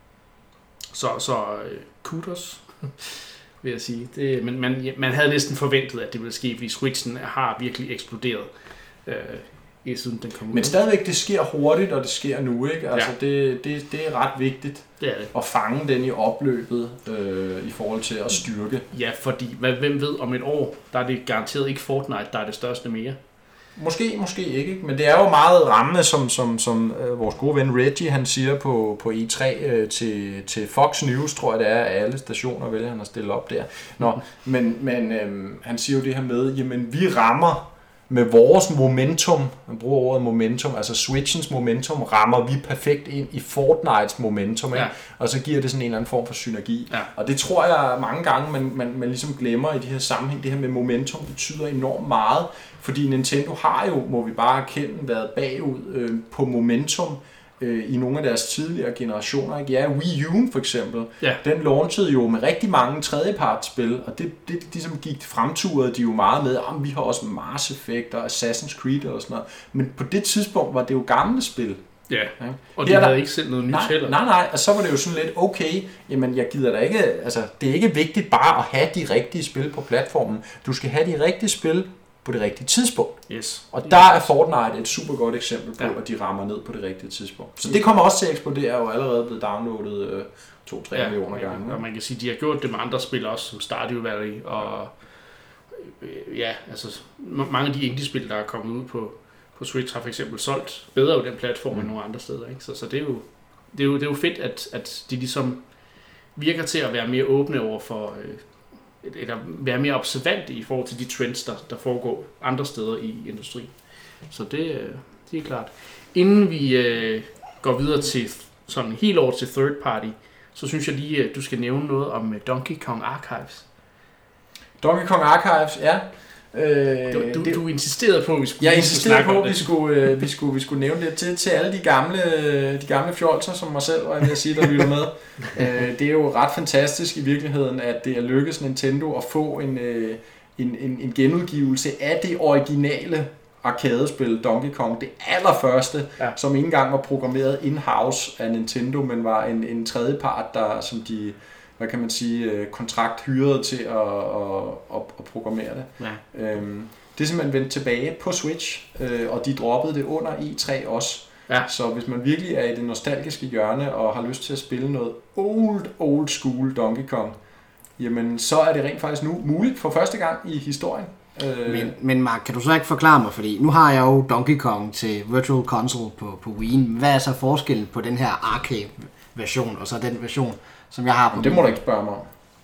så, så uh, kudos, vil jeg sige. Det, men man, man havde næsten forventet, at det ville ske, fordi Switchen har virkelig eksploderet. Uh, Siden den kom ud. Men stadigvæk, det sker hurtigt, og det sker nu, ikke? Altså, ja. det, det, det er ret vigtigt det er det. At fange den i opløbet øh, i forhold til at styrke. Ja, fordi hvem ved, om et år, der er det garanteret ikke Fortnite, der er det største mere. Måske, måske ikke, men det er jo meget rammende, som, som, som øh, vores gode ven Reggie, han siger på, på E tre øh, til, til Fox News, tror jeg det er, at alle stationer vælger han at stille op der. Nå, mm-hmm. men, men øh, han siger jo det her med, jamen vi rammer med vores momentum, man bruger ordet momentum, altså Switchens momentum, rammer vi perfekt ind i Fortnites momentum, ja. Og så giver det sådan en eller anden form for synergi. Ja. Og det tror jeg mange gange, man, man, man ligesom glemmer i de her sammenhæng. Det her med momentum betyder enormt meget, fordi Nintendo har jo, må vi bare erkende, været bagud øh, på momentum øh, i nogle af deres tidligere generationer. Ikke? Ja, Wii U for eksempel, ja. Den launchede jo med rigtig mange tredjepartsspil, og det, det, det som gik fremturede de jo meget med, om vi har også Mass Effect og Assassin's Creed og sådan noget. Men på det tidspunkt var det jo gamle spil. Ja, ja. Og de havde der, ikke selv noget nyt nej, heller. Nej, nej, og så var det jo sådan lidt, okay, jamen jeg gider da ikke, altså det er ikke vigtigt bare at have de rigtige spil på platformen. Du skal have de rigtige spil på det rigtige tidspunkt. Yes. Og der er Fortnite et super godt eksempel på, ja. At de rammer ned på det rigtige tidspunkt. Så det kommer også til at eksplodere, og allerede blevet downloadet øh, to til tre ja, millioner gange. Og man kan sige, at de har gjort det med andre spil også, som Stardew Valley, og øh, ja, altså mange af de indie-spil, der er kommet ud på, på Switch, har for eksempel solgt bedre på den platform mm. end nogle andre steder. Ikke? Så, så det, er jo, det, er jo, det er jo fedt, at, at de ligesom virker til at være mere åbne over for... Øh, eller være mere observant i forhold til de trends, der, der foregår andre steder i industrien. Så det, det er klart. Inden vi øh, går videre til sådan helt over til third party, så synes jeg lige, at du skal nævne noget om Donkey Kong Archives. Donkey Kong Archives, ja. Øh, du, du, det, du insisterede på, at vi skulle, jeg insisterede på, at vi skulle, øh, vi, skulle, vi skulle nævne det til, til alle de gamle, de gamle fjolser, som mig selv, var jeg ved at sige, der lytter med. øh, det er jo ret fantastisk i virkeligheden, at det er lykkedes Nintendo at få en, øh, en, en, en genudgivelse af det originale arcade-spil, Donkey Kong, det allerførste, ja. som ikke engang var programmeret in-house af Nintendo, men var en, en tredjepart, der, som de, hvad kan man sige, kontrakt hyrede til at, at, at, at programmere det. Ja. Øhm, det er simpelthen vendt tilbage på Switch, øh, og de droppede det under E tre også. Ja. Så hvis man virkelig er i det nostalgiske hjørne og har lyst til at spille noget old, old school Donkey Kong, jamen så er det rent faktisk nu muligt for første gang i historien. Men, men Mark, kan du så ikke forklare mig, fordi nu har jeg jo Donkey Kong til Virtual Console på, på Wii'en. Hvad er så forskellen på den her arcade-version og så den version, som jeg har på Wii'en? Det må du ikke spørge mig om.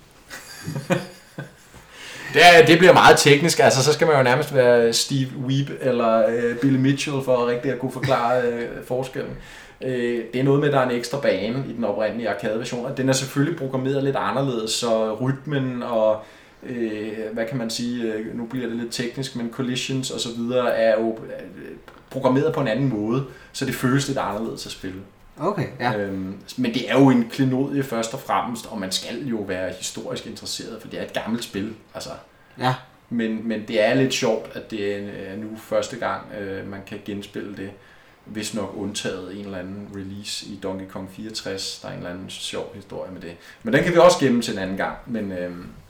det, er, det bliver meget teknisk, altså så skal man jo nærmest være Steve Weeb eller øh, Billy Mitchell for at rigtig at kunne forklare øh, forskellen. Øh, det er noget med, at der er en ekstra bane i den oprindelige arcade-version, og den er selvfølgelig programmeret lidt anderledes, så rytmen og øh, hvad kan man sige, øh, nu bliver det lidt teknisk, men collisions og så videre er jo programmeret på en anden måde, så det føles lidt anderledes at spille. Okay, ja. Øhm, men det er jo en klenodie først og fremmest, og man skal jo være historisk interesseret, for det er et gammelt spil. Altså. Ja. Men, men det er lidt sjovt, at det er nu første gang, øh, man kan genspille det, hvis nok undtaget en eller anden release i Donkey Kong fireogtres. Der er en eller anden sjov historie med det. Men den kan vi også gemme til en anden gang. Men, øh,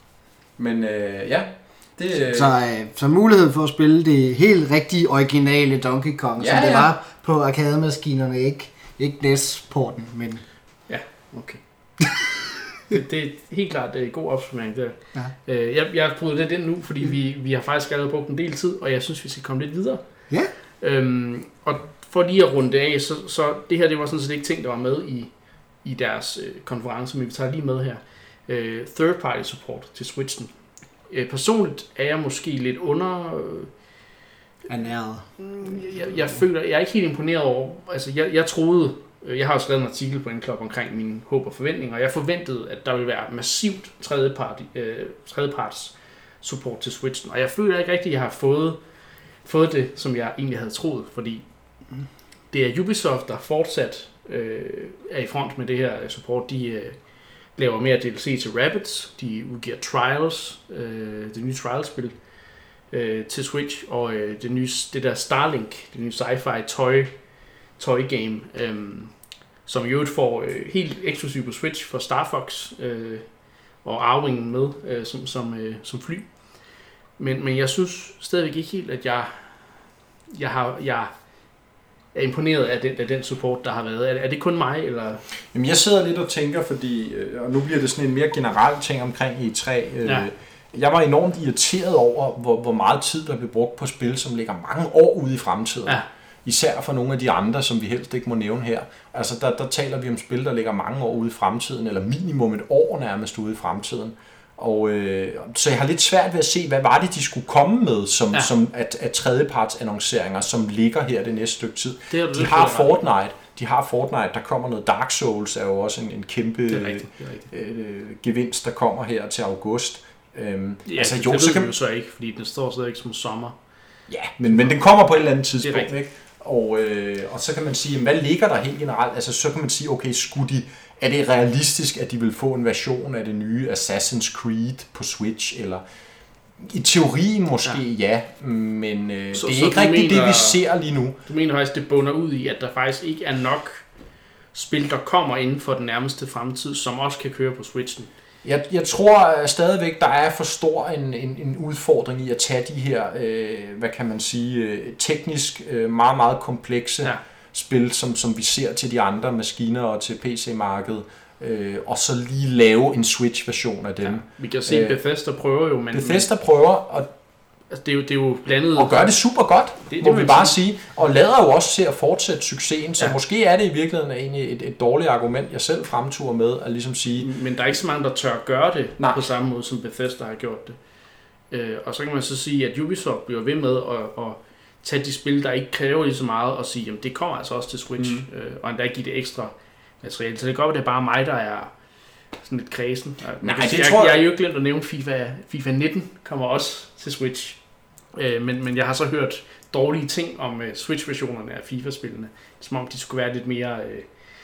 men øh, ja. Det, øh... så, øh, så mulighed for at spille det helt rigtige originale Donkey Kong, ja, som det ja. var på arcade-maskinerne, ikke, ikke N E S-porten, men... Ja, okay. det, det er helt klart en god opsummering der. Ja. Øh, jeg, jeg har brugt det ind nu, fordi mm. vi, vi har faktisk allerede brugt en del tid, og jeg synes, vi skal komme lidt videre. Ja. Øhm, og for lige at runde det af, så, så det her, det var sådan set ikke ting, der var med i, i deres øh, konference, men vi tager lige med her. Øh, third party support til Switchen. Øh, personligt er jeg måske lidt under... Øh, Ernæret. Jeg, jeg føler, jeg er ikke helt imponeret over... Altså, jeg, jeg troede... Jeg har jo skrevet en artikel på N-Club omkring mine håb og forventninger, og jeg forventede, at der ville være massivt tredjepart, øh, tredjeparts support til Switchen. Og jeg føler ikke rigtigt, at jeg har fået, fået det, som jeg egentlig havde troet, fordi det er Ubisoft, der fortsat øh, er i front med det her support. De øh, laver mere D L C til Rabbids, de udgiver Trials, øh, det nye Trials-spil øh, til Switch, og øh, det, nye, det der Starlink, det nye sci-fi toy, toy game, øh, som i øvrigt får øh, helt eksklusivt på Switch for Star Fox øh, og Arwingen med øh, som, som, øh, som fly. Men, men jeg synes stadigvæk ikke helt, at jeg, jeg, har, jeg er imponeret af den, af den support, der har været. Er, er det kun mig? Eller? Jamen, jeg sidder lidt og tænker, fordi, og nu bliver det sådan en mere generel ting omkring E tre. Ja. Jeg var enormt irriteret over, hvor, hvor meget tid der blev brugt på spil, som ligger mange år ude i fremtiden. Ja. Især for nogle af de andre, som vi helst ikke må nævne her. Altså, der, der taler vi om spil, der ligger mange år ude i fremtiden, eller minimum et år nærmest ude i fremtiden. Og, øh, så jeg har lidt svært ved at se, hvad var det, de skulle komme med, som, ja. som at, at tredjeparts annonceringer, som ligger her det næste stykke tid. Det de har Fortnite, de har Fortnite, der kommer noget. Dark Souls er jo også en, en kæmpe det er rigtigt, det er rigtigt. Øh, gevinst, der kommer her til august. Øhm, ja, altså, det, jo, det så ved kan vi jo så ikke, fordi den står stadig ikke som sommer. Ja, men, men den kommer på et eller andet tidspunkt, ikke? Og, øh, og så kan man sige, hvad ligger der helt generelt? Altså, så kan man sige, okay, skulle de, er det realistisk, at de vil få en version af det nye Assassin's Creed på Switch? Eller i teorien måske ja, ja men øh, så, det er så ikke rigtigt mener, det, vi ser lige nu. Du mener faktisk, det bunder ud i, at der faktisk ikke er nok spil, der kommer inden for den nærmeste fremtid, som også kan køre på Switchen? Jeg, jeg tror stadigvæk, der er for stor en, en, en udfordring i at tage de her, øh, hvad kan man sige, øh, teknisk øh, meget, meget komplekse ja. spil, som, som vi ser til de andre maskiner og til P C-markedet, øh, og så lige lave en Switch-version af dem. Ja, vi kan se, at Bethesda prøver jo, men... Bethesda prøver, og altså, det, er jo, det er jo blandet... Og gør det super godt, det, det må vi bare sige. Og lader jo også til at fortsætte succesen, så ja. måske er det i virkeligheden egentlig et, et dårligt argument, jeg selv fremturer med, at ligesom sige... Men der er ikke så mange, der tør gøre det Nej. på samme måde, som Bethesda har gjort det. Øh, og så kan man så sige, at Ubisoft bliver ved med at, at tage de spil, der ikke kræver lige så meget, og sige, at det kommer altså også til Switch, mm. øh, og endda give det ekstra materiale. Så det kan godt være, det er bare mig, der er sådan lidt kredsen. Nej, det jeg, tror jeg... Jeg er jo ikke glemt at nævne FIFA, FIFA nitten kommer også til Switch. Men, men jeg har så hørt dårlige ting om uh, Switch-versionerne af FIFA-spillene. Som om de skulle være lidt mere... Uh,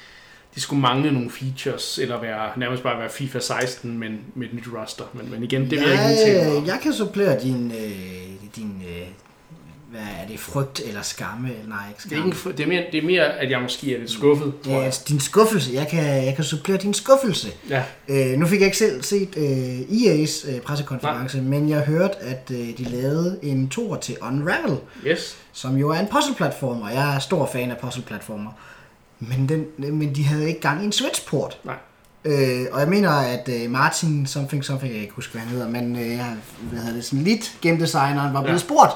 de skulle mangle nogle features, eller være, nærmest bare være FIFA seksten, men med et nyt roster. Men, men igen, det vil jeg, jeg ikke tale om. Jeg kan supplere din, øh, din øh, hvad er det, frygt eller skamme? Eller nej, ikke skamme. Det er, ikke, det, er mere, det er mere, at jeg måske er lidt skuffet. Ja, altså, din skuffelse. Jeg kan, jeg kan supplere din skuffelse. Ja. Øh, nu fik jeg ikke selv set øh, E A's øh, pressekonference, nej. Men jeg hørte, at øh, de lavede en toer til Unravel, yes. som jo er en puzzle-platformer. Jeg er stor fan af puzzle-platformer. Men, den, men de havde ikke gang i en Switch-port. Nej. Øh, og jeg mener, at øh, Martin something something, jeg ikke husker, hvad han hedder, men øh, hvad hedder det, sådan lidt game designeren var blevet ja. spurgt,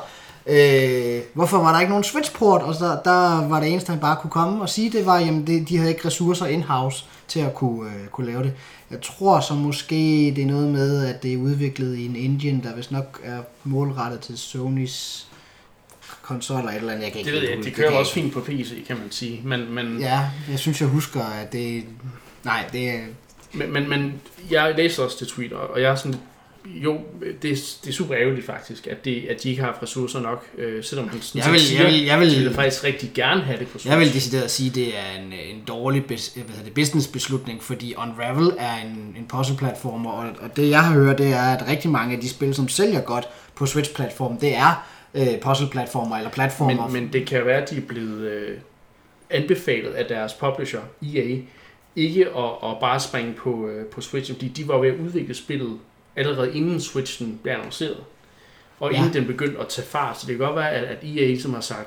øh, hvorfor var der ikke nogen Switch-port, og der, der var det eneste, han bare kunne komme og sige, det var, jamen det, de havde ikke ressourcer in-house til at kunne, øh, kunne lave det. Jeg tror så måske, det er noget med, at det er udviklet i en engine, der vist nok er målrettet til Sonys konsoller eller andet, jeg kan ikke det ved jeg, det kører det også fint på P C, kan man sige, men, men... Ja, jeg synes, jeg husker, at det... Nej, det er... Men, men, men jeg læste også det tweet, og jeg er sådan... Jo, det er, det er super ærgerligt faktisk, at, det, at de ikke har haft ressourcer nok, øh, selvom han sådan jeg vil, siger, jeg vil, jeg vil, de vil faktisk rigtig gerne have det på Switch. Jeg vil decideret sige, at det er en, en dårlig hvad hedder det, business-beslutning, fordi Unravel er en, en puzzle-platformer, og, og det jeg har hørt, det er, at rigtig mange af de spil, som sælger godt på Switch-platformen, det er øh, puzzle-platformer eller platformer. Men, men det kan være, at de er blevet øh, anbefalet af deres publisher, E A, ikke at, at bare springe på, øh, på Switch, fordi de var ved at udvikle spillet allerede inden Switchen blev annonceret, og ja. inden den begyndte at tage fart, så det kan godt være, at, at E A som har sagt,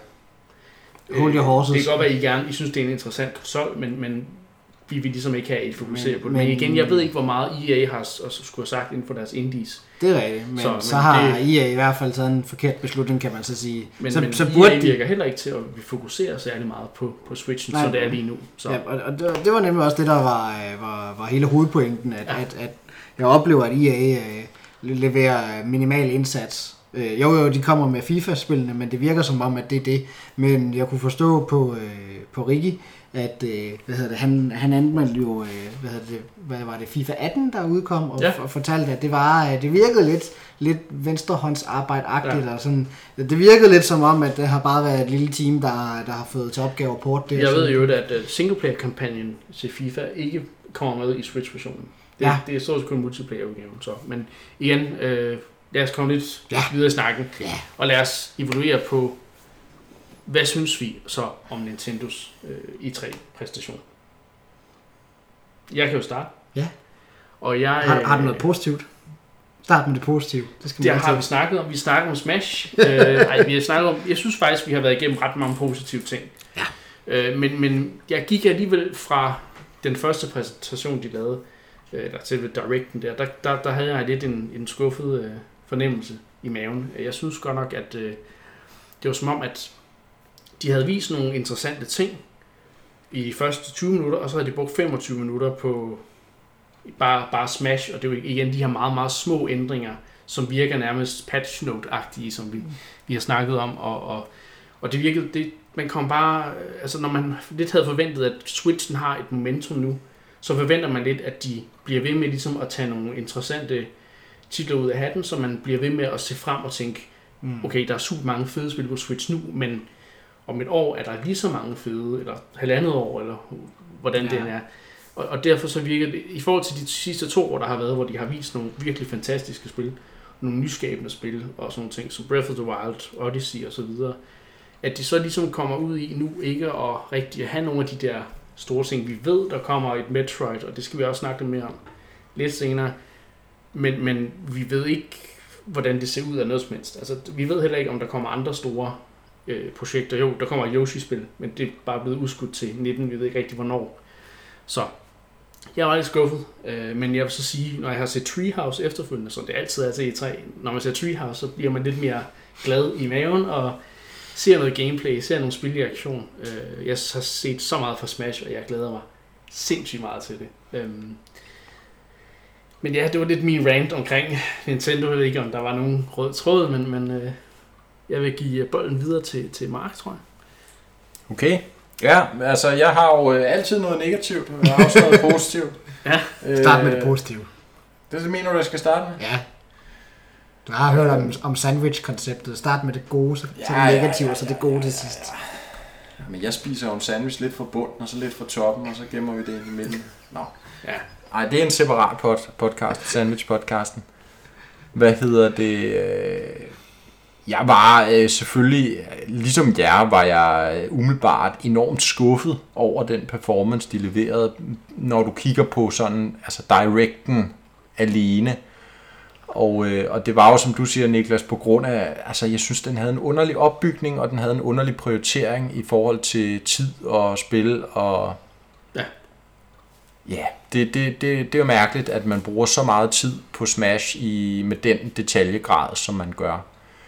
øh, Hold your horses. Det kan godt være, at I gerne, I synes, det er en interessant konsol, men, men vi vil ligesom ikke have et fokusere på det. Men igen, jeg ved ikke, hvor meget E A har skulle have sagt inden for deres indies. Det er rigtigt, men så, men så har det, E A i hvert fald taget en forkert beslutning, kan man så sige. Men, så, men så E A burde virker heller ikke til at vi fokuserer særlig meget på, på Switchen, nej, så det er lige nu. Så. Ja, og og det, det var nemlig også det, der var, var, var hele hovedpointen, at, ja. at, at jeg oplever, at E A øh, leverer minimal indsats. Øh, jo, jo, de kommer med FIFA-spillene, men det virker som om, at det er det. Men jeg kunne forstå på, øh, på Ricky, at øh, hvad hedder det, han, han anmeldte jo, øh, hvad, hedder det, hvad var det, FIFA atten, der udkom, og, ja. og fortalte, at det var, det virkede lidt, lidt venstrehåndsarbejde-agtigt, ja. og sådan. Det virkede lidt som om, at det har bare været et lille team, der, der har fået til opgave at porte det. Jeg ved jo, at singleplayer-kampagnen til FIFA ikke kommer med i Switch-versionen. Det, ja. det er så kun multiplayer-udgaven, så. Men igen, øh, lad os komme lidt ja. videre i snakken, ja. og lad os evaluere på, hvad synes vi så om Nintendos øh, E tre præstation? Jeg kan jo starte. Ja. Og jeg, har, har du noget positivt? Start med det positive. Det, skal det har vi snakket om. Vi snakker om Smash. øh, ej, vi har snakket om, jeg synes faktisk, vi har været igennem ret mange positive ting. Ja. Øh, men, men jeg gik alligevel fra den første præsentation, de lavede, eller til Directen der, der, der, der havde jeg lidt en, en skuffet øh, fornemmelse i maven. Jeg synes godt nok, at øh, det var som om, at de havde vist nogle interessante ting i de første tyve minutter, og så havde de brugt femogtyve minutter på bare, bare Smash, og det er jo igen de her meget, meget små ændringer, som virker nærmest patch note-agtige, som vi, vi har snakket om, og, og, og det virkede, det, man kom bare, altså når man lidt havde forventet, at Switchen har et momentum nu, så forventer man lidt, at de bliver ved med ligesom at tage nogle interessante titler ud af hatten, så man bliver ved med at se frem og tænke, mm. okay, der er super mange fede spil på Switch nu, men om et år er der lige så mange fede, eller halvandet år, eller hvordan ja. det er. Og, og derfor så virker det, i forhold til de sidste to år, der har været, hvor de har vist nogle virkelig fantastiske spil, nogle nyskabende spil, og sådan nogle ting, som Breath of the Wild, Odyssey og så videre, at de så ligesom kommer ud i nu ikke at rigtig have nogle af de der store ting. Vi ved, der kommer et Metroid, og det skal vi også snakke lidt mere om lidt senere, men, men vi ved ikke, hvordan det ser ud af noget som helst. Altså, vi ved heller ikke, om der kommer andre store øh, projekter. Jo, der kommer et Yoshi-spil, men det er bare blevet udskudt til nitten, vi ved ikke rigtig, hvornår. Så jeg var lidt skuffet, øh, men jeg vil så sige, når jeg har set Treehouse efterfølgende, så det altid er til E tre, når man ser Treehouse, så bliver man lidt mere glad i maven, og ser noget gameplay, ser nogle spil i aktion. Øh, jeg har set så meget fra Smash, og jeg glæder mig sindssygt meget til det. Øhm, men ja, det var lidt min rant omkring Nintendo. Jeg ved ikke, om der var nogen rød tråd, men, men øh, jeg vil give bolden videre til, til Mark, tror jeg. Okay. Ja, altså jeg har jo øh, altid noget negativt, og jeg har også noget positivt. Ja, start med det positive. Det er mener du, jeg skal starte med? Ja. Du har hørt om, om sandwich-konceptet. Start med det gode, så ja, det negative, ja, ja, så det gode til sidst. Ja, ja. Men jeg spiser jo en sandwich lidt fra bunden, og så lidt fra toppen, og så gemmer vi det ind i midten. Nå. Ja. Ej, det er en separat pod- podcast, sandwich-podcasten. Hvad hedder det? Jeg var øh, selvfølgelig, ligesom jer, var jeg umiddelbart enormt skuffet over den performance, de leverede, når du kigger på sådan, altså directen alene. Og, øh, og det var jo, som du siger, Niklas, på grund af, altså jeg synes, den havde en underlig opbygning, og den havde en underlig prioritering i forhold til tid og spil, og ja, ja det, det, det, det er jo mærkeligt, at man bruger så meget tid på Smash i, med den detaljegrad, som man gør.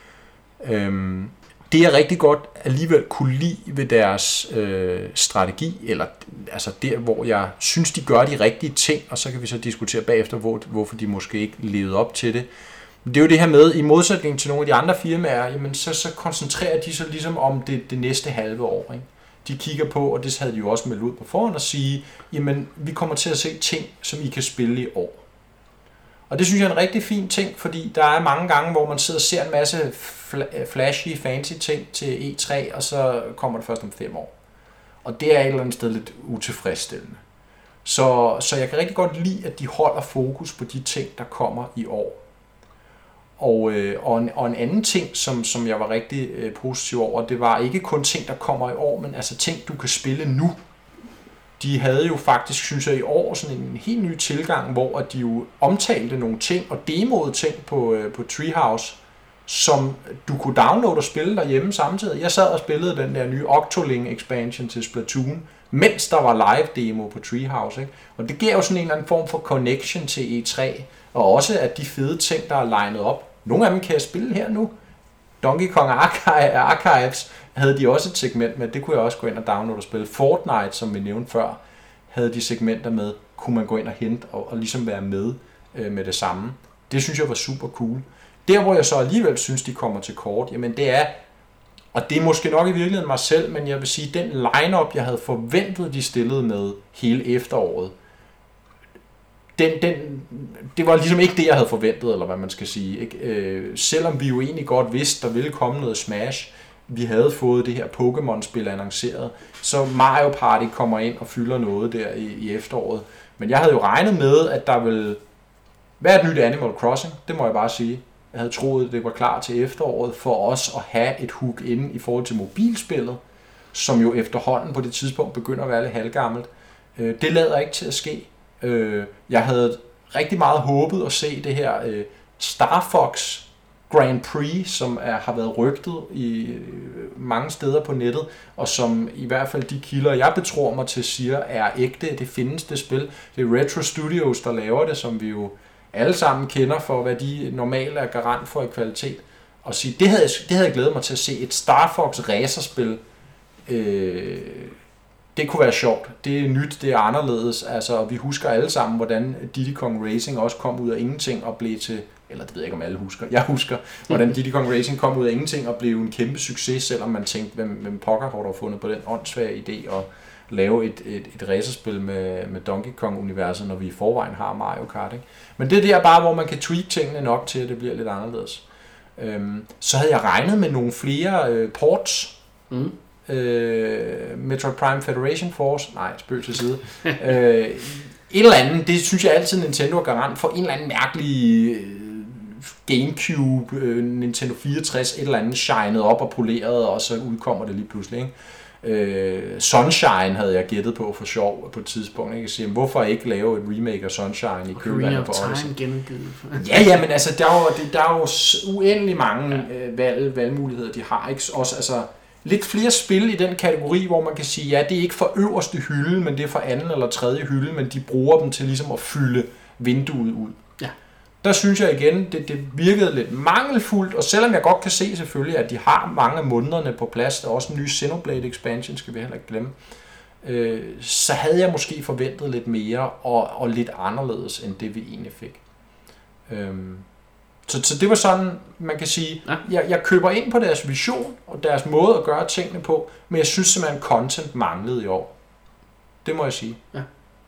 Øhm, det jeg rigtig godt alligevel kunne lide ved deres øh, strategi, eller altså der, hvor jeg synes, de gør de rigtige ting, og så kan vi så diskutere bagefter, hvor, hvorfor de måske ikke levede op til det. Det er jo det her med, i modsætning til nogle af de andre firmaer, jamen så, så koncentrerer de sig ligesom om det, det næste halve år. Ikke? De kigger på, og det havde de jo også meldt ud på forhånd, og sige, jamen vi kommer til at se ting, som I kan spille i år. Og det synes jeg er en rigtig fin ting, fordi der er mange gange, hvor man sidder og ser en masse flashy, fancy ting til E tre, og så kommer det først om fem år. Og det er et eller andet sted lidt utilfredsstillende. Så, så jeg kan rigtig godt lide, at de holder fokus på de ting, der kommer i år. Og, øh, og, en, og en anden ting, som, som jeg var rigtig øh, positiv over, det var ikke kun ting, der kommer i år, men altså ting, du kan spille nu. De havde jo faktisk, synes jeg, i år sådan en helt ny tilgang, hvor de jo omtalte nogle ting og demoede ting på, øh, på Treehouse, som du kunne downloade og spille derhjemme samtidig. Jeg sad og spillede den der nye Octoling expansion til Splatoon, mens der var live demo på Treehouse. Ikke? Og det giver jo sådan en eller anden form for connection til E tre, og også at de fede ting, der er legnet op. Nogle af dem kan jeg spille her nu. Donkey Kong Archives havde de også et segment med, det kunne jeg også gå ind og downloade og spille. Fortnite, som vi nævnte før, havde de segmenter med, kunne man gå ind og hente og, og ligesom være med øh, med det samme. Det synes jeg var super cool. Der, hvor jeg så alligevel synes, de kommer til kort, jamen det er, og det er måske nok i virkeligheden mig selv, men jeg vil sige, den line-up, jeg havde forventet, de stillede med hele efteråret, Den, den, det var ligesom ikke det, jeg havde forventet, eller hvad man skal sige. Ikke? Øh, selvom vi jo egentlig godt vidste, der ville komme noget Smash, vi havde fået det her Pokémon-spil annonceret, så Mario Party kommer ind og fylder noget der i, i efteråret. Men jeg havde jo regnet med, at der ville være et nyt Animal Crossing, det må jeg bare sige. Jeg havde troet, det var klar til efteråret for os at have et hook inde i forhold til mobilspillet, som jo efterhånden på det tidspunkt begynder at være lidt halvgammelt. Øh, det lader ikke til at ske. Jeg havde rigtig meget håbet at se det her Star Fox Grand Prix, som er, har været rygtet i mange steder på nettet, og som i hvert fald de kilder, jeg betror mig til, siger er ægte. Det findes det spil. Det er Retro Studios, der laver det, som vi jo alle sammen kender for, hvad de normalt er garant for i kvalitet. Og sige, det havde, det havde jeg glædet mig til at se. Et Star Fox racerspil. Øh, Det kunne være sjovt. Det er nyt, det er anderledes. Altså, vi husker alle sammen, hvordan Diddy Kong Racing også kom ud af ingenting og blev til, eller det ved jeg ikke, om alle husker. Jeg husker, hvordan Diddy Kong Racing kom ud af ingenting og blev en kæmpe succes, selvom man tænkte, hvem, hvem pokker har der fundet på den åndssvage idé at lave et, et, et racerspil med, med Donkey Kong-universet, når vi i forvejen har Mario Kart. Ikke? Men det er der bare, hvor man kan tweak tingene nok til, at det bliver lidt anderledes. Øhm, så havde jeg regnet med nogle flere øh, ports. Mm. Uh, Metroid Prime Federation Force, nej, spøg til side. uh, et eller andet, det synes jeg altid Nintendo er garant for, en eller anden mærkelig uh, Gamecube, uh, Nintendo fireogtres, et eller andet shined op og poleret, og så udkommer det lige pludselig. Ikke? Uh, Sunshine havde jeg gættet på for sjov på et tidspunkt. Ikke? Så, hvorfor ikke lave et remake af Sunshine i kølvandet på Odyssey? Ja, ja, men altså, der er jo, der er jo uendelig mange uh, valg, valgmuligheder, de har. Ikke? Også, altså, lidt flere spil i den kategori, hvor man kan sige, ja, det er ikke for øverste hylde, men det er for anden eller tredje hylde, men de bruger dem til ligesom at fylde vinduet ud. Ja. Der synes jeg igen, det, det virkede lidt mangelfuldt, og selvom jeg godt kan se selvfølgelig, at de har mange af månederne på plads, der er også en ny Xenoblade expansion, skal vi heller ikke glemme, øh, så havde jeg måske forventet lidt mere og, og lidt anderledes, end det vi egentlig fik. Øhm. Så, så det var sådan, man kan sige, ja. jeg, jeg køber ind på deres vision og deres måde at gøre tingene på, men jeg synes simpelthen, content manglede i år. Det må jeg sige. Ja.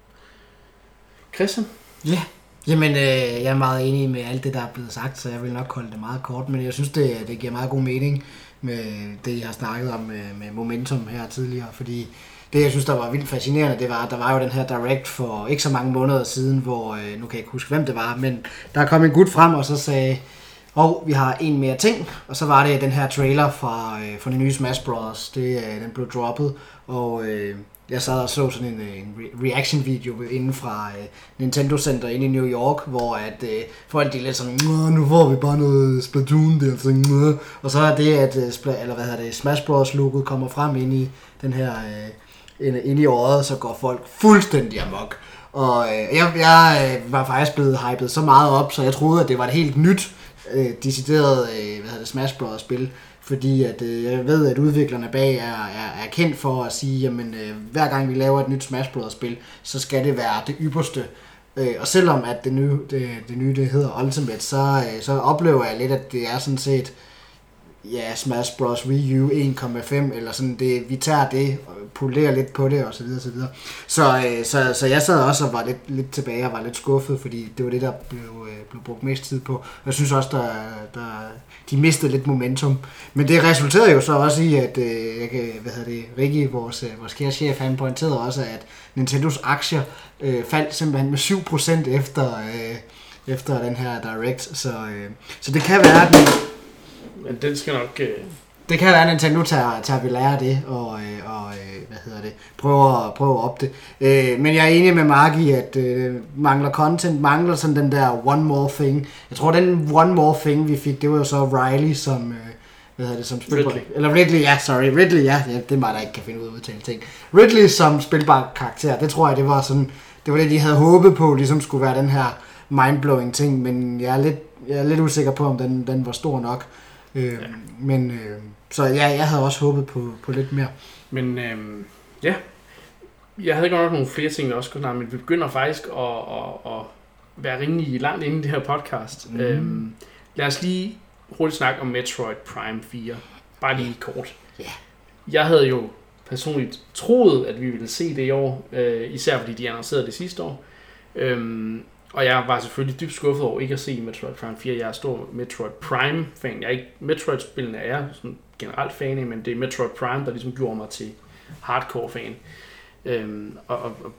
Christian? Ja, jamen øh, jeg er meget enig med alt det, der er blevet sagt, så jeg vil nok holde det meget kort, men jeg synes, det, det giver meget god mening med det, jeg har snakket om med, med momentum her tidligere, fordi det, jeg synes, der var vildt fascinerende, det var, at der var jo den her Direct for ikke så mange måneder siden, hvor, øh, nu kan jeg ikke huske, hvem det var, men der kom en gut frem og så sagde, Og vi har en mere ting, og så var det den her trailer fra, øh, fra den nye Smash Bros. Det, øh, den blev droppet, og øh, jeg sad og så sådan en, en reaction video inden fra øh, Nintendo Center inde i New York, hvor at øh, folk de lidt sådan, nu får vi bare noget Splatoon der, sådan, og så er det, at øh, eller hvad hedder det, Smash Bros. Logoet kommer frem ind i den her, øh, ind i året, så går folk fuldstændig amok. Og øh, jeg, jeg øh, var faktisk blevet hyped så meget op, så jeg troede, at det var et helt nyt, øh, decideret øh, hvad hedder det, Smash Bros. Spil. Fordi at, øh, jeg ved, at udviklerne bag er, er, er kendt for at sige, jamen øh, hver gang vi laver et nyt Smash Bros. Spil, så skal det være det ypperste. Øh, og selvom at det nye det, det, nye, det hedder Ultimate, så, øh, så oplever jeg lidt, at det er sådan set ja, Smash Bros. Wii U en komma fem, eller sådan det, vi tager det og polerer lidt på det, og så videre, så videre. Så, øh, så, så jeg sad også og var lidt, lidt tilbage og var lidt skuffet, fordi det var det, der blev, øh, blev brugt mest tid på. Jeg synes også, der, der, de mistede lidt momentum. Men det resulterede jo så også i, at øh, jeg kan, hvad hedder det, Ricky, vores, øh, vores kære chef, han pointerede også, at Nintendos aktier øh, faldt simpelthen med syv procent efter, øh, efter den her Direct. Så, øh, så det kan være, at men den skal nok... Øh... Det kan være, at Nintendo tager, tager ved lære det, og, øh, og øh, hvad hedder det, prøver, prøver at op det. Øh, men jeg er enig med Mark i, at øh, mangler content, mangler sådan den der one more thing. Jeg tror, den one more thing, vi fik, det var jo så Riley, som... Øh, hvad hedder det, som spilbar... Ridley. Eller Ridley, ja, sorry, Ridley, ja, ja, det er mig, der ikke kan finde ud af at udtale ting. Ridley som spilbar karakter, det tror jeg, det var sådan... Det var det, de havde håbet på, ligesom skulle være den her mindblowing ting, men jeg er lidt, jeg er lidt usikker på, om den, den var stor nok. Øh, ja. Men øh, så ja, jeg havde også håbet på, på lidt mere. Men øh, ja, jeg havde godt nok nogle flere ting, vi også kunne snakke, men vi begynder faktisk at, at, at være rimelig langt inde i det her podcast. Mm. Øh, lad os lige hurtigt snakke om Metroid Prime fire. Bare lige kort. Yeah. Jeg havde jo personligt troet, at vi ville se det i år, øh, især fordi de annoncerede det sidste år. Øh, Og jeg var selvfølgelig dybt skuffet over ikke at se Metroid Prime fire. Jeg er stor Metroid Prime-fan. Jeg er ikke Metroid-spillene er jeg sådan generelt fan af, men det er Metroid Prime, der ligesom gjorde mig til hardcore-fan. Øhm, og, og, og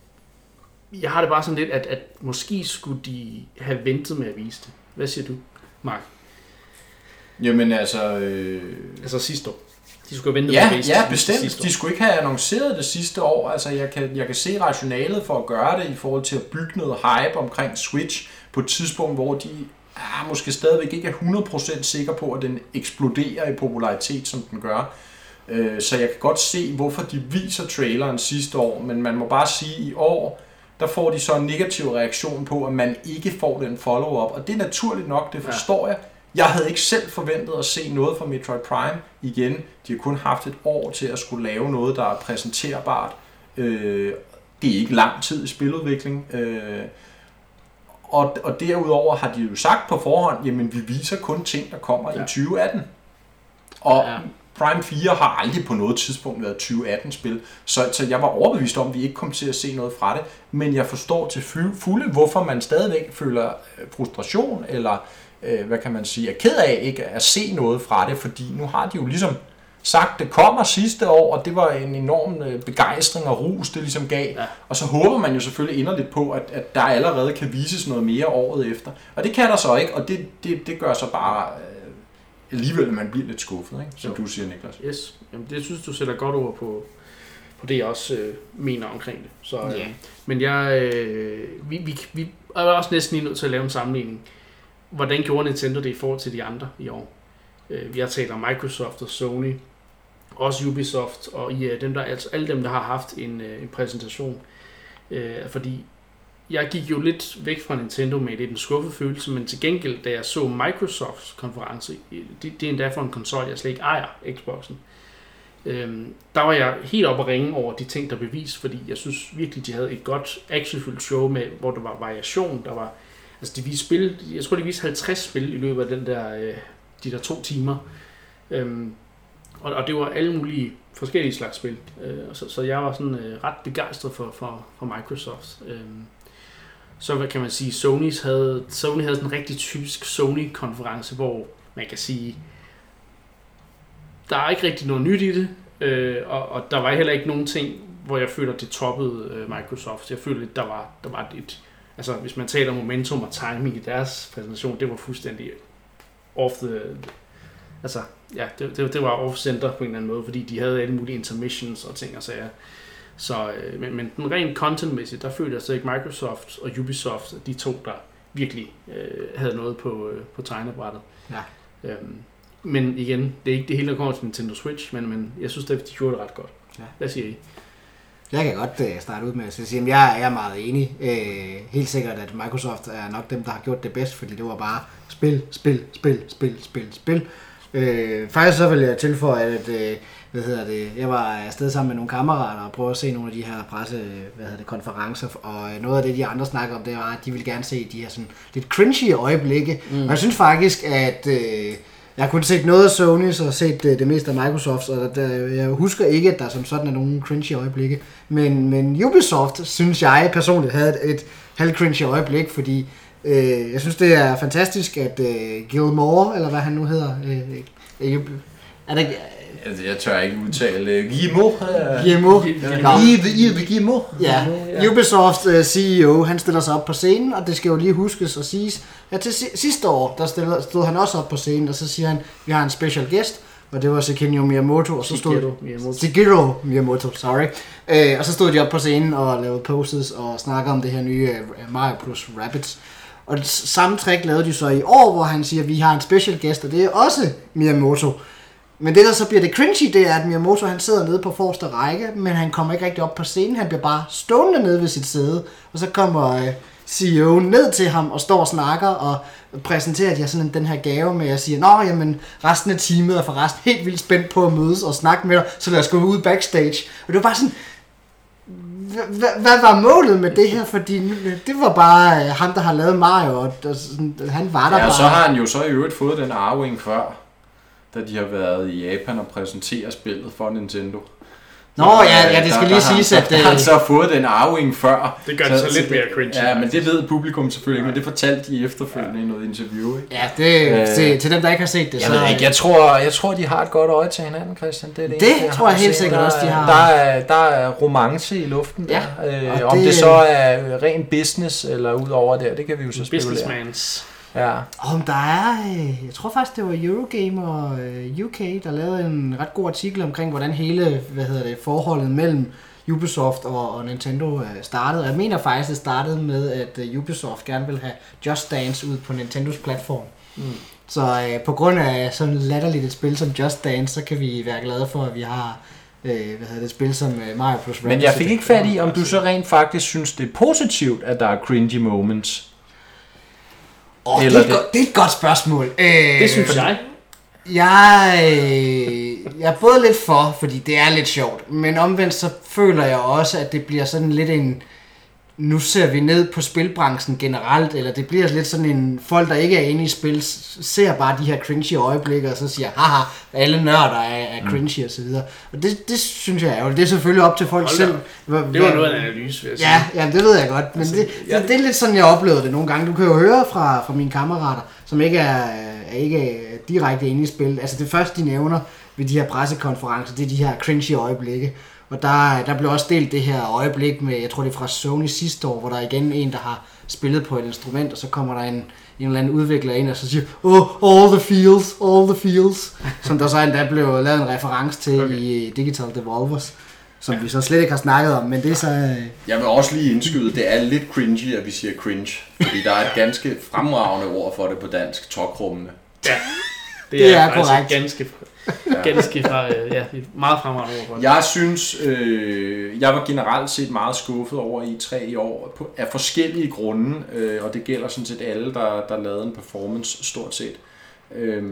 jeg har det bare sådan lidt, at, at måske skulle de have ventet med at vise det. Hvad siger du, Mark? Jamen altså... Øh... Altså sidste år. De skulle have ventet ja, med at vise ja, det bestemt. De skulle ikke have annonceret det sidste år. Altså, jeg kan, jeg kan se rationalet for at gøre det i forhold til at bygge noget hype omkring Switch på et tidspunkt, hvor de ah, måske stadigvæk ikke er hundrede procent sikre på, at den eksploderer i popularitet, som den gør. Øh, så jeg kan godt se, hvorfor de viser traileren sidste år, men man må bare sige, at i år, der får de så en negativ reaktion på, at man ikke får den follow-up. Og det er naturligt nok, det forstår jeg. Jeg havde ikke selv forventet at se noget fra Metroid Prime igen. De har kun haft et år til at skulle lave noget, der er præsenterbart. Øh, det er ikke lang tid i spiludvikling. Øh, og, og derudover har de jo sagt på forhånd, jamen vi viser kun ting, der kommer ja. i tyve atten. Og ja. Prime fire har aldrig på noget tidspunkt været tyve atten-spil, så, så jeg var overbevist om, at vi ikke kom til at se noget fra det. Men jeg forstår til fulde, hvorfor man stadigvæk føler frustration, eller øh, hvad kan man sige, er ked af ikke at se noget fra det, fordi nu har de jo ligesom sagt, det kommer sidste år, og det var en enorm begejstring og rus, det ligesom gav. Ja. Og så håber man jo selvfølgelig inderligt på, at, at der allerede kan vises noget mere året efter. Og det kan der så ikke, og det, det, det gør så bare øh, alligevel, at man bliver lidt skuffet, ikke? Som jo. Du siger, Niklas. Yes, jamen, det synes du sætter godt ord på, på det, jeg også øh, mener omkring det. Så, øh, yeah. Men jeg, øh, vi, vi, vi er også næsten lige nødt til at lave en sammenligning. Hvordan gjorde Nintendo det i forhold til de andre i år? Øh, vi har talt om Microsoft og Sony, også Ubisoft og I A, dem der, altså alle dem, der har haft en, en præsentation. Øh, fordi jeg gik jo lidt væk fra Nintendo med lidt en skuffet følelse, men til gengæld, da jeg så Microsofts konference, det, det er endda for en konsol, jeg slet ikke ejer, Xboxen, øh, der var jeg helt oppe at ringe over de ting, der bevis, fordi jeg synes virkelig, de havde et godt actionfyldt show med, hvor der var variation, der var, altså de viste spil, jeg tror de viste halvtreds spil i løbet af den der, øh, de der to timer. Øh, Og, og det var alle mulige forskellige slags spil. Øh, så, så jeg var sådan øh, ret begejstret for, for, for Microsoft. Øh, så hvad kan man sige, Sony's havde, Sony havde sådan en rigtig typisk Sony-konference, hvor man kan sige, der er ikke rigtig noget nyt i det, øh, og, og der var heller ikke nogen ting, hvor jeg føler, det toppede øh, Microsoft. Jeg følte, der var, der var et, altså hvis man taler momentum og timing i deres præsentation, det var fuldstændig off the... Altså, ja, det, det, det var off-center på en eller anden måde, fordi de havde alle mulige intermissions og ting og sager. Så, øh, men, men den rent contentmæssigt, der følte jeg så ikke Microsoft og Ubisoft, de to, der virkelig øh, havde noget på, øh, på tegnebrættet. Ja. Øhm, men igen, det er ikke det hele, der kommer til Nintendo Switch, men, men jeg synes, at de gjorde det ret godt. Ja. Hvad siger I? Jeg kan godt uh, starte ud med at sige, at jeg, jeg er meget enig. Uh, helt sikkert, at Microsoft er nok dem, der har gjort det bedst, fordi det var bare spil, spil, spil, spil, spil, spil. Uh, faktisk så vil jeg tilføje, at uh, hvad hedder det, jeg var afsted sammen med nogle kammerater og prøvede at se nogle af de her presse, hvad hedder det, konferencer, og noget af det, de andre snakker om, det var, at de ville gerne se de her sådan lidt cringy øjeblikke. Mm. Og jeg synes faktisk, at uh, jeg har kun set noget af Sony's og set det, det meste af Microsoft, og der, jeg husker ikke, at der som sådan er nogen cringy øjeblikke. Men, men Ubisoft, synes jeg personligt, havde et, et halv cringy øjeblik, fordi øh, jeg synes, det er fantastisk, at øh, Gilmore, eller hvad han nu hedder, øh, øh, er det, altså, jeg tør ikke udtale Guillemot. Guillemot. Yves Guillemot. Ja, Ubisoft uh, C E O, han stiller sig op på scenen, og det skal jo lige huskes og siges, at til sidste år, der stod, stod han også op på scenen, og så siger han, vi har en special guest, og det var Shigeru Miyamoto, og så stod Shigeru Miyamoto, Shigeru Miyamoto sorry. Uh, og så stod de op på scenen og lavede poses og snakkede om det her nye uh, Mario plus Rabbids. Og det samme trick lavede de så i år, hvor han siger, at vi har en special guest, og det er også Miyamoto. Men det der så bliver det cringy, det er, at Miyamoto han sidder nede på forreste række, men han kommer ikke rigtig op på scenen, han bliver bare stående nede ved sit sæde, og så kommer uh, C E O'en ned til ham og står og snakker og præsenterer de sådan den her gave med at sige, nå jamen resten af teamet er forresten helt vildt spændt på at mødes og snakke med dig, så lad os gå ud backstage. Og det var bare sådan, hvad var målet med det her? Fordi det var bare ham, der har lavet Mario, og han var der ja, bare. og så har han jo så i øvrigt fået den arving før, da de har været i Japan og præsentere spillet for Nintendo. Nå så, ja, ja, det skal der, lige der siges, at... Der har han så fået den arving før. Det gør det så, så lidt mere cringe. Ja, men det ved publikum selvfølgelig ikke, men det fortalte de efterfølgende ja. i noget interview. Ikke? Ja, det øh, til, til dem, der ikke har set det. Jeg så, ved ikke, jeg tror, jeg tror, de har et godt øje til hinanden, Christian. Det, er det, det eneste, tror jeg helt sikkert der, også, de har. Der er, der er romance i luften der. Ja, øh, om det, det så er ren business eller ud over der, det kan vi jo så spekulere. Businessmans. Ja. Om der er, jeg tror faktisk det var Eurogamer U K, der lavede en ret god artikel omkring, hvordan hele, hvad hedder det, forholdet mellem Ubisoft og, og Nintendo startede. Jeg mener faktisk, det startede med, at Ubisoft gerne ville have Just Dance ud på Nintendos platform. Mm. Så øh, på grund af sådan latterligt et spil som Just Dance, så kan vi være glade for, at vi har øh, hvad hedder det, spil som Mario plus Rabbids. Men jeg fik ikke fat i, om du så rent faktisk synes, det er positivt, at der er cringy moments. Oh, det, er det... Go- det er et godt spørgsmål. Øh, det synes jeg. Jeg, jeg er både lidt for, fordi det er lidt sjovt, men omvendt så føler jeg også, at det bliver sådan lidt en, nu ser vi ned på spilbranchen generelt, eller det bliver lidt sådan en, folk der ikke er inde i spil, ser bare de her cringy øjeblikke, og så siger, haha, alle nørder er, er cringy og så videre. Og det, det synes jeg er jo, det er selvfølgelig op til folk Hold selv. Hvad, det var noget af en analyse, vil jeg sige. Ja, ja, det ved jeg godt, men altså, det, ja. det, det er lidt sådan, jeg oplevede det nogle gange. Du kan jo høre fra, fra mine kammerater, som ikke er, er ikke direkte inde i spil. Altså det første, de nævner ved de her pressekonferencer, det er de her cringy øjeblikke. Og der, der blev også delt det her øjeblik med, jeg tror det er fra Sony sidste år, hvor der er igen en, der har spillet på et instrument, og så kommer der en, en eller anden udvikler ind, og så siger, oh, all the feels, all the feels, som der så endda blev lavet en reference til okay. i Digital Devolvers, som ja. vi så slet ikke har snakket om, men det er så... Jeg vil også lige indskyde, det er lidt cringy, at vi siger cringe, fordi der er et ganske fremragende ord for det på dansk, tokrummende. Ja, det, det er, er korrekt. ganske... Ganske fra, ja, meget fremragende ord for det. Jeg synes, øh, jeg var generelt set meget skuffet over i tre i år, på, af forskellige grunde, øh, og det gælder sådan set alle, der, der lavede en performance stort set. Øh,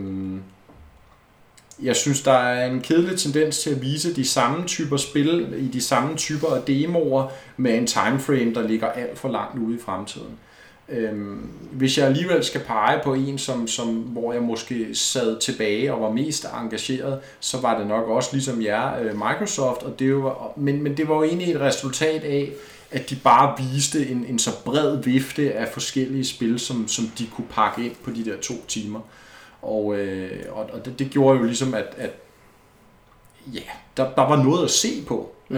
jeg synes, der er en kedelig tendens til at vise de samme typer spil, i de samme typer af demoer, med en timeframe, der ligger alt for langt ude i fremtiden. Øhm, hvis jeg alligevel skal pege på en, som, som, hvor jeg måske sad tilbage og var mest engageret, så var det nok også ligesom jer, øh, Microsoft, og det var, men, men det var jo egentlig et resultat af, at de bare viste en, en så bred vifte af forskellige spil, som, som de kunne pakke ind på de der to timer. Og, øh, og, og det, det gjorde jo ligesom, at, at ja, der, der var noget at se på, ikke?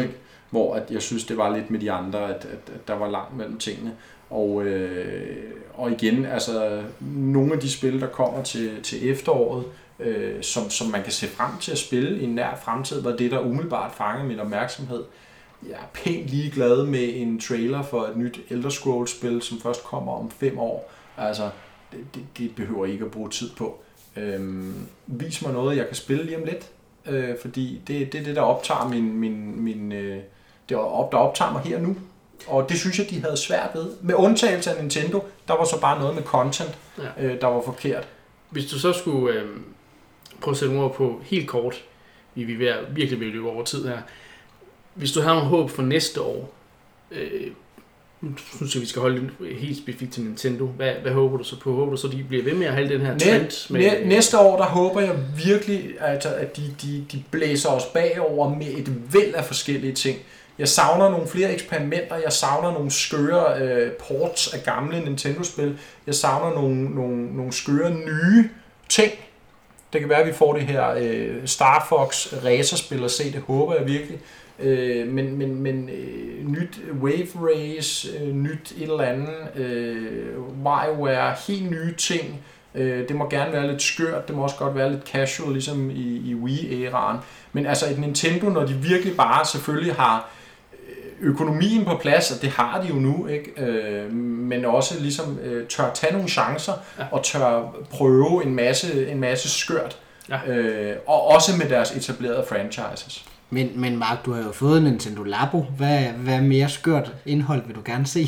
hvor at jeg synes, det var lidt med de andre, at, at, at der var langt mellem tingene. Og, øh, og igen, altså nogle af de spil, der kommer til, til efteråret, øh, som, som man kan se frem til at spille i en nær fremtid, var det, der umiddelbart fangede min opmærksomhed. Jeg er pænt ligeglad med en trailer for et nyt Elder Scrolls-spil, som først kommer om fem år. Altså, det, det, det behøver jeg ikke at bruge tid på. Øhm, vis mig noget, jeg kan spille lige om lidt, øh, fordi det, det er det, der optager min, min, min øh, det op, der optager mig her nu. Og det synes jeg, de havde svært ved. Med undtagelse af Nintendo, der var så bare noget med content, ja. øh, der var forkert. Hvis du så skulle øh, prøve at sætte ord på helt kort, vi er ved at virkelig vil løbe over tid her. Hvis du har nogle håb for næste år, øh, nu synes jeg, vi skal holde det helt specifikt til Nintendo. Hvad, hvad håber du så på? Håber du så, de bliver ved med at have den her trend? Med, næ, næste år, der håber jeg virkelig, at, at de, de, de blæser os bagover med et væld af forskellige ting. Jeg savner nogle flere eksperimenter, jeg savner nogle skøre øh, ports af gamle Nintendo-spil, jeg savner nogle, nogle, nogle skøre nye ting. Det kan være, at vi får det her øh, Star Fox racerspil at se, det håber jeg virkelig. Øh, men men, men øh, nyt Wave Race, øh, nyt et eller andet, øh, WarioWare, helt nye ting. Øh, det må gerne være lidt skørt, det må også godt være lidt casual, ligesom i, i Wii-æraen. Men altså et Nintendo, når de virkelig bare selvfølgelig har økonomien på plads, og det har de jo nu, ikke? Øh, men også ligesom øh, tør tage nogle chancer, ja. Og tør prøve en masse, en masse skørt, ja. øh, og også med deres etablerede franchises. Men, men Mark, du har jo fået Nintendo Labo. Hvad, hvad mere skørt indhold vil du gerne se?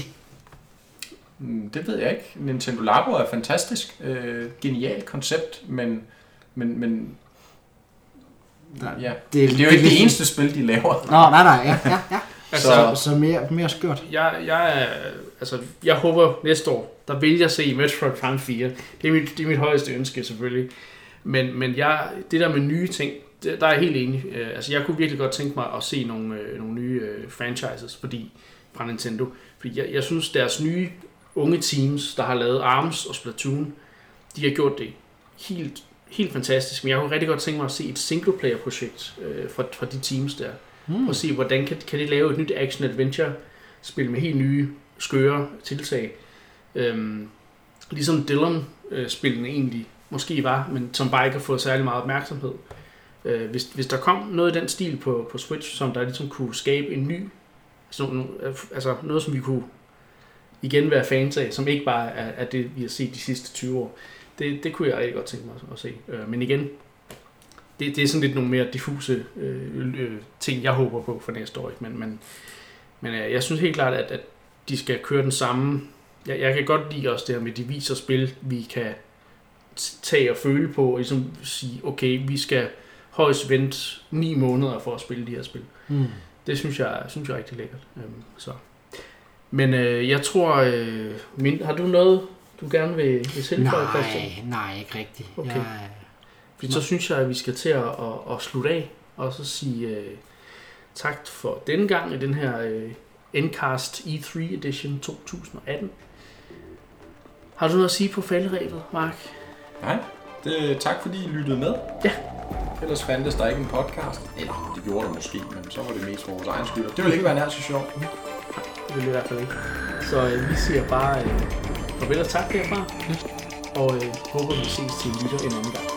Det ved jeg ikke. Nintendo Labo er fantastisk. Øh, genialt koncept, men, men, men ja. det, det er jo ikke det eneste spil, de laver. Nå, nej, nej, ja, ja, ja. Altså, så så mere, mere skørt. Jeg, jeg, altså, jeg håber næste år, der vil jeg se Metroid Prime fire. Det er mit, det er mit højeste ønske selvfølgelig. Men, men jeg, det der med nye ting, det, der er jeg helt enig. Altså, jeg kunne virkelig godt tænke mig at se nogle, øh, nogle nye øh, franchises fordi, fra Nintendo. Fordi jeg, jeg synes, deres nye unge teams, der har lavet ARMS og Splatoon, de har gjort det helt, helt fantastisk. Men jeg kunne rigtig godt tænke mig at se et singleplayer-projekt øh, fra, fra de teams der. Hmm. Og se, hvordan kan, kan de lave et nyt action-adventure-spil med helt nye, skøre tiltag. Øhm, ligesom Dylan-spillene egentlig måske var, men som bare ikke har fået særlig meget opmærksomhed. Øh, hvis, hvis der kom noget i den stil på, på Switch, som der ligesom kunne skabe en ny, altså, altså noget, som vi kunne igen være fans af, som ikke bare er, er det, vi har set de sidste tyve år. Det, det kunne jeg rigtig godt tænke mig at se. Øh, men igen, Det, det er sådan lidt nogle mere diffuse øh, øh, ting, jeg håber på for næste år. Men, men, men øh, jeg synes helt klart, at, at de skal køre den samme. Jeg, jeg kan godt lide også det her med, de viser spil, vi kan tage og føle på, og ligesom sige, okay, vi skal højst vente ni måneder for at spille de her spil. Mm. Det synes jeg, synes jeg er rigtig lækkert. Øhm, så. Men øh, jeg tror, øh, min, har du noget, du gerne vil, vil tilføje, Christian? Nej, nej, ikke rigtigt. Okay. Jeg... Fordi så synes jeg, at vi skal til at, at, at slutte af, og så sige uh, tak for denne gang i den her uh, Ncast E tre Edition to tusind atten. Har du noget at sige på falderebet, Mark? Nej, det, tak fordi I lyttede med. Ja. Ellers fandtes der ikke en podcast. Eller, det gjorde der måske, men så var det mest vores egen skyld. Det ville ikke være nær så sjovt. Nej, det ville i hvert fald ikke. Så uh, vi siger bare uh, farvel og tak herfra, og uh, håber vi ses til en lytter en anden gang.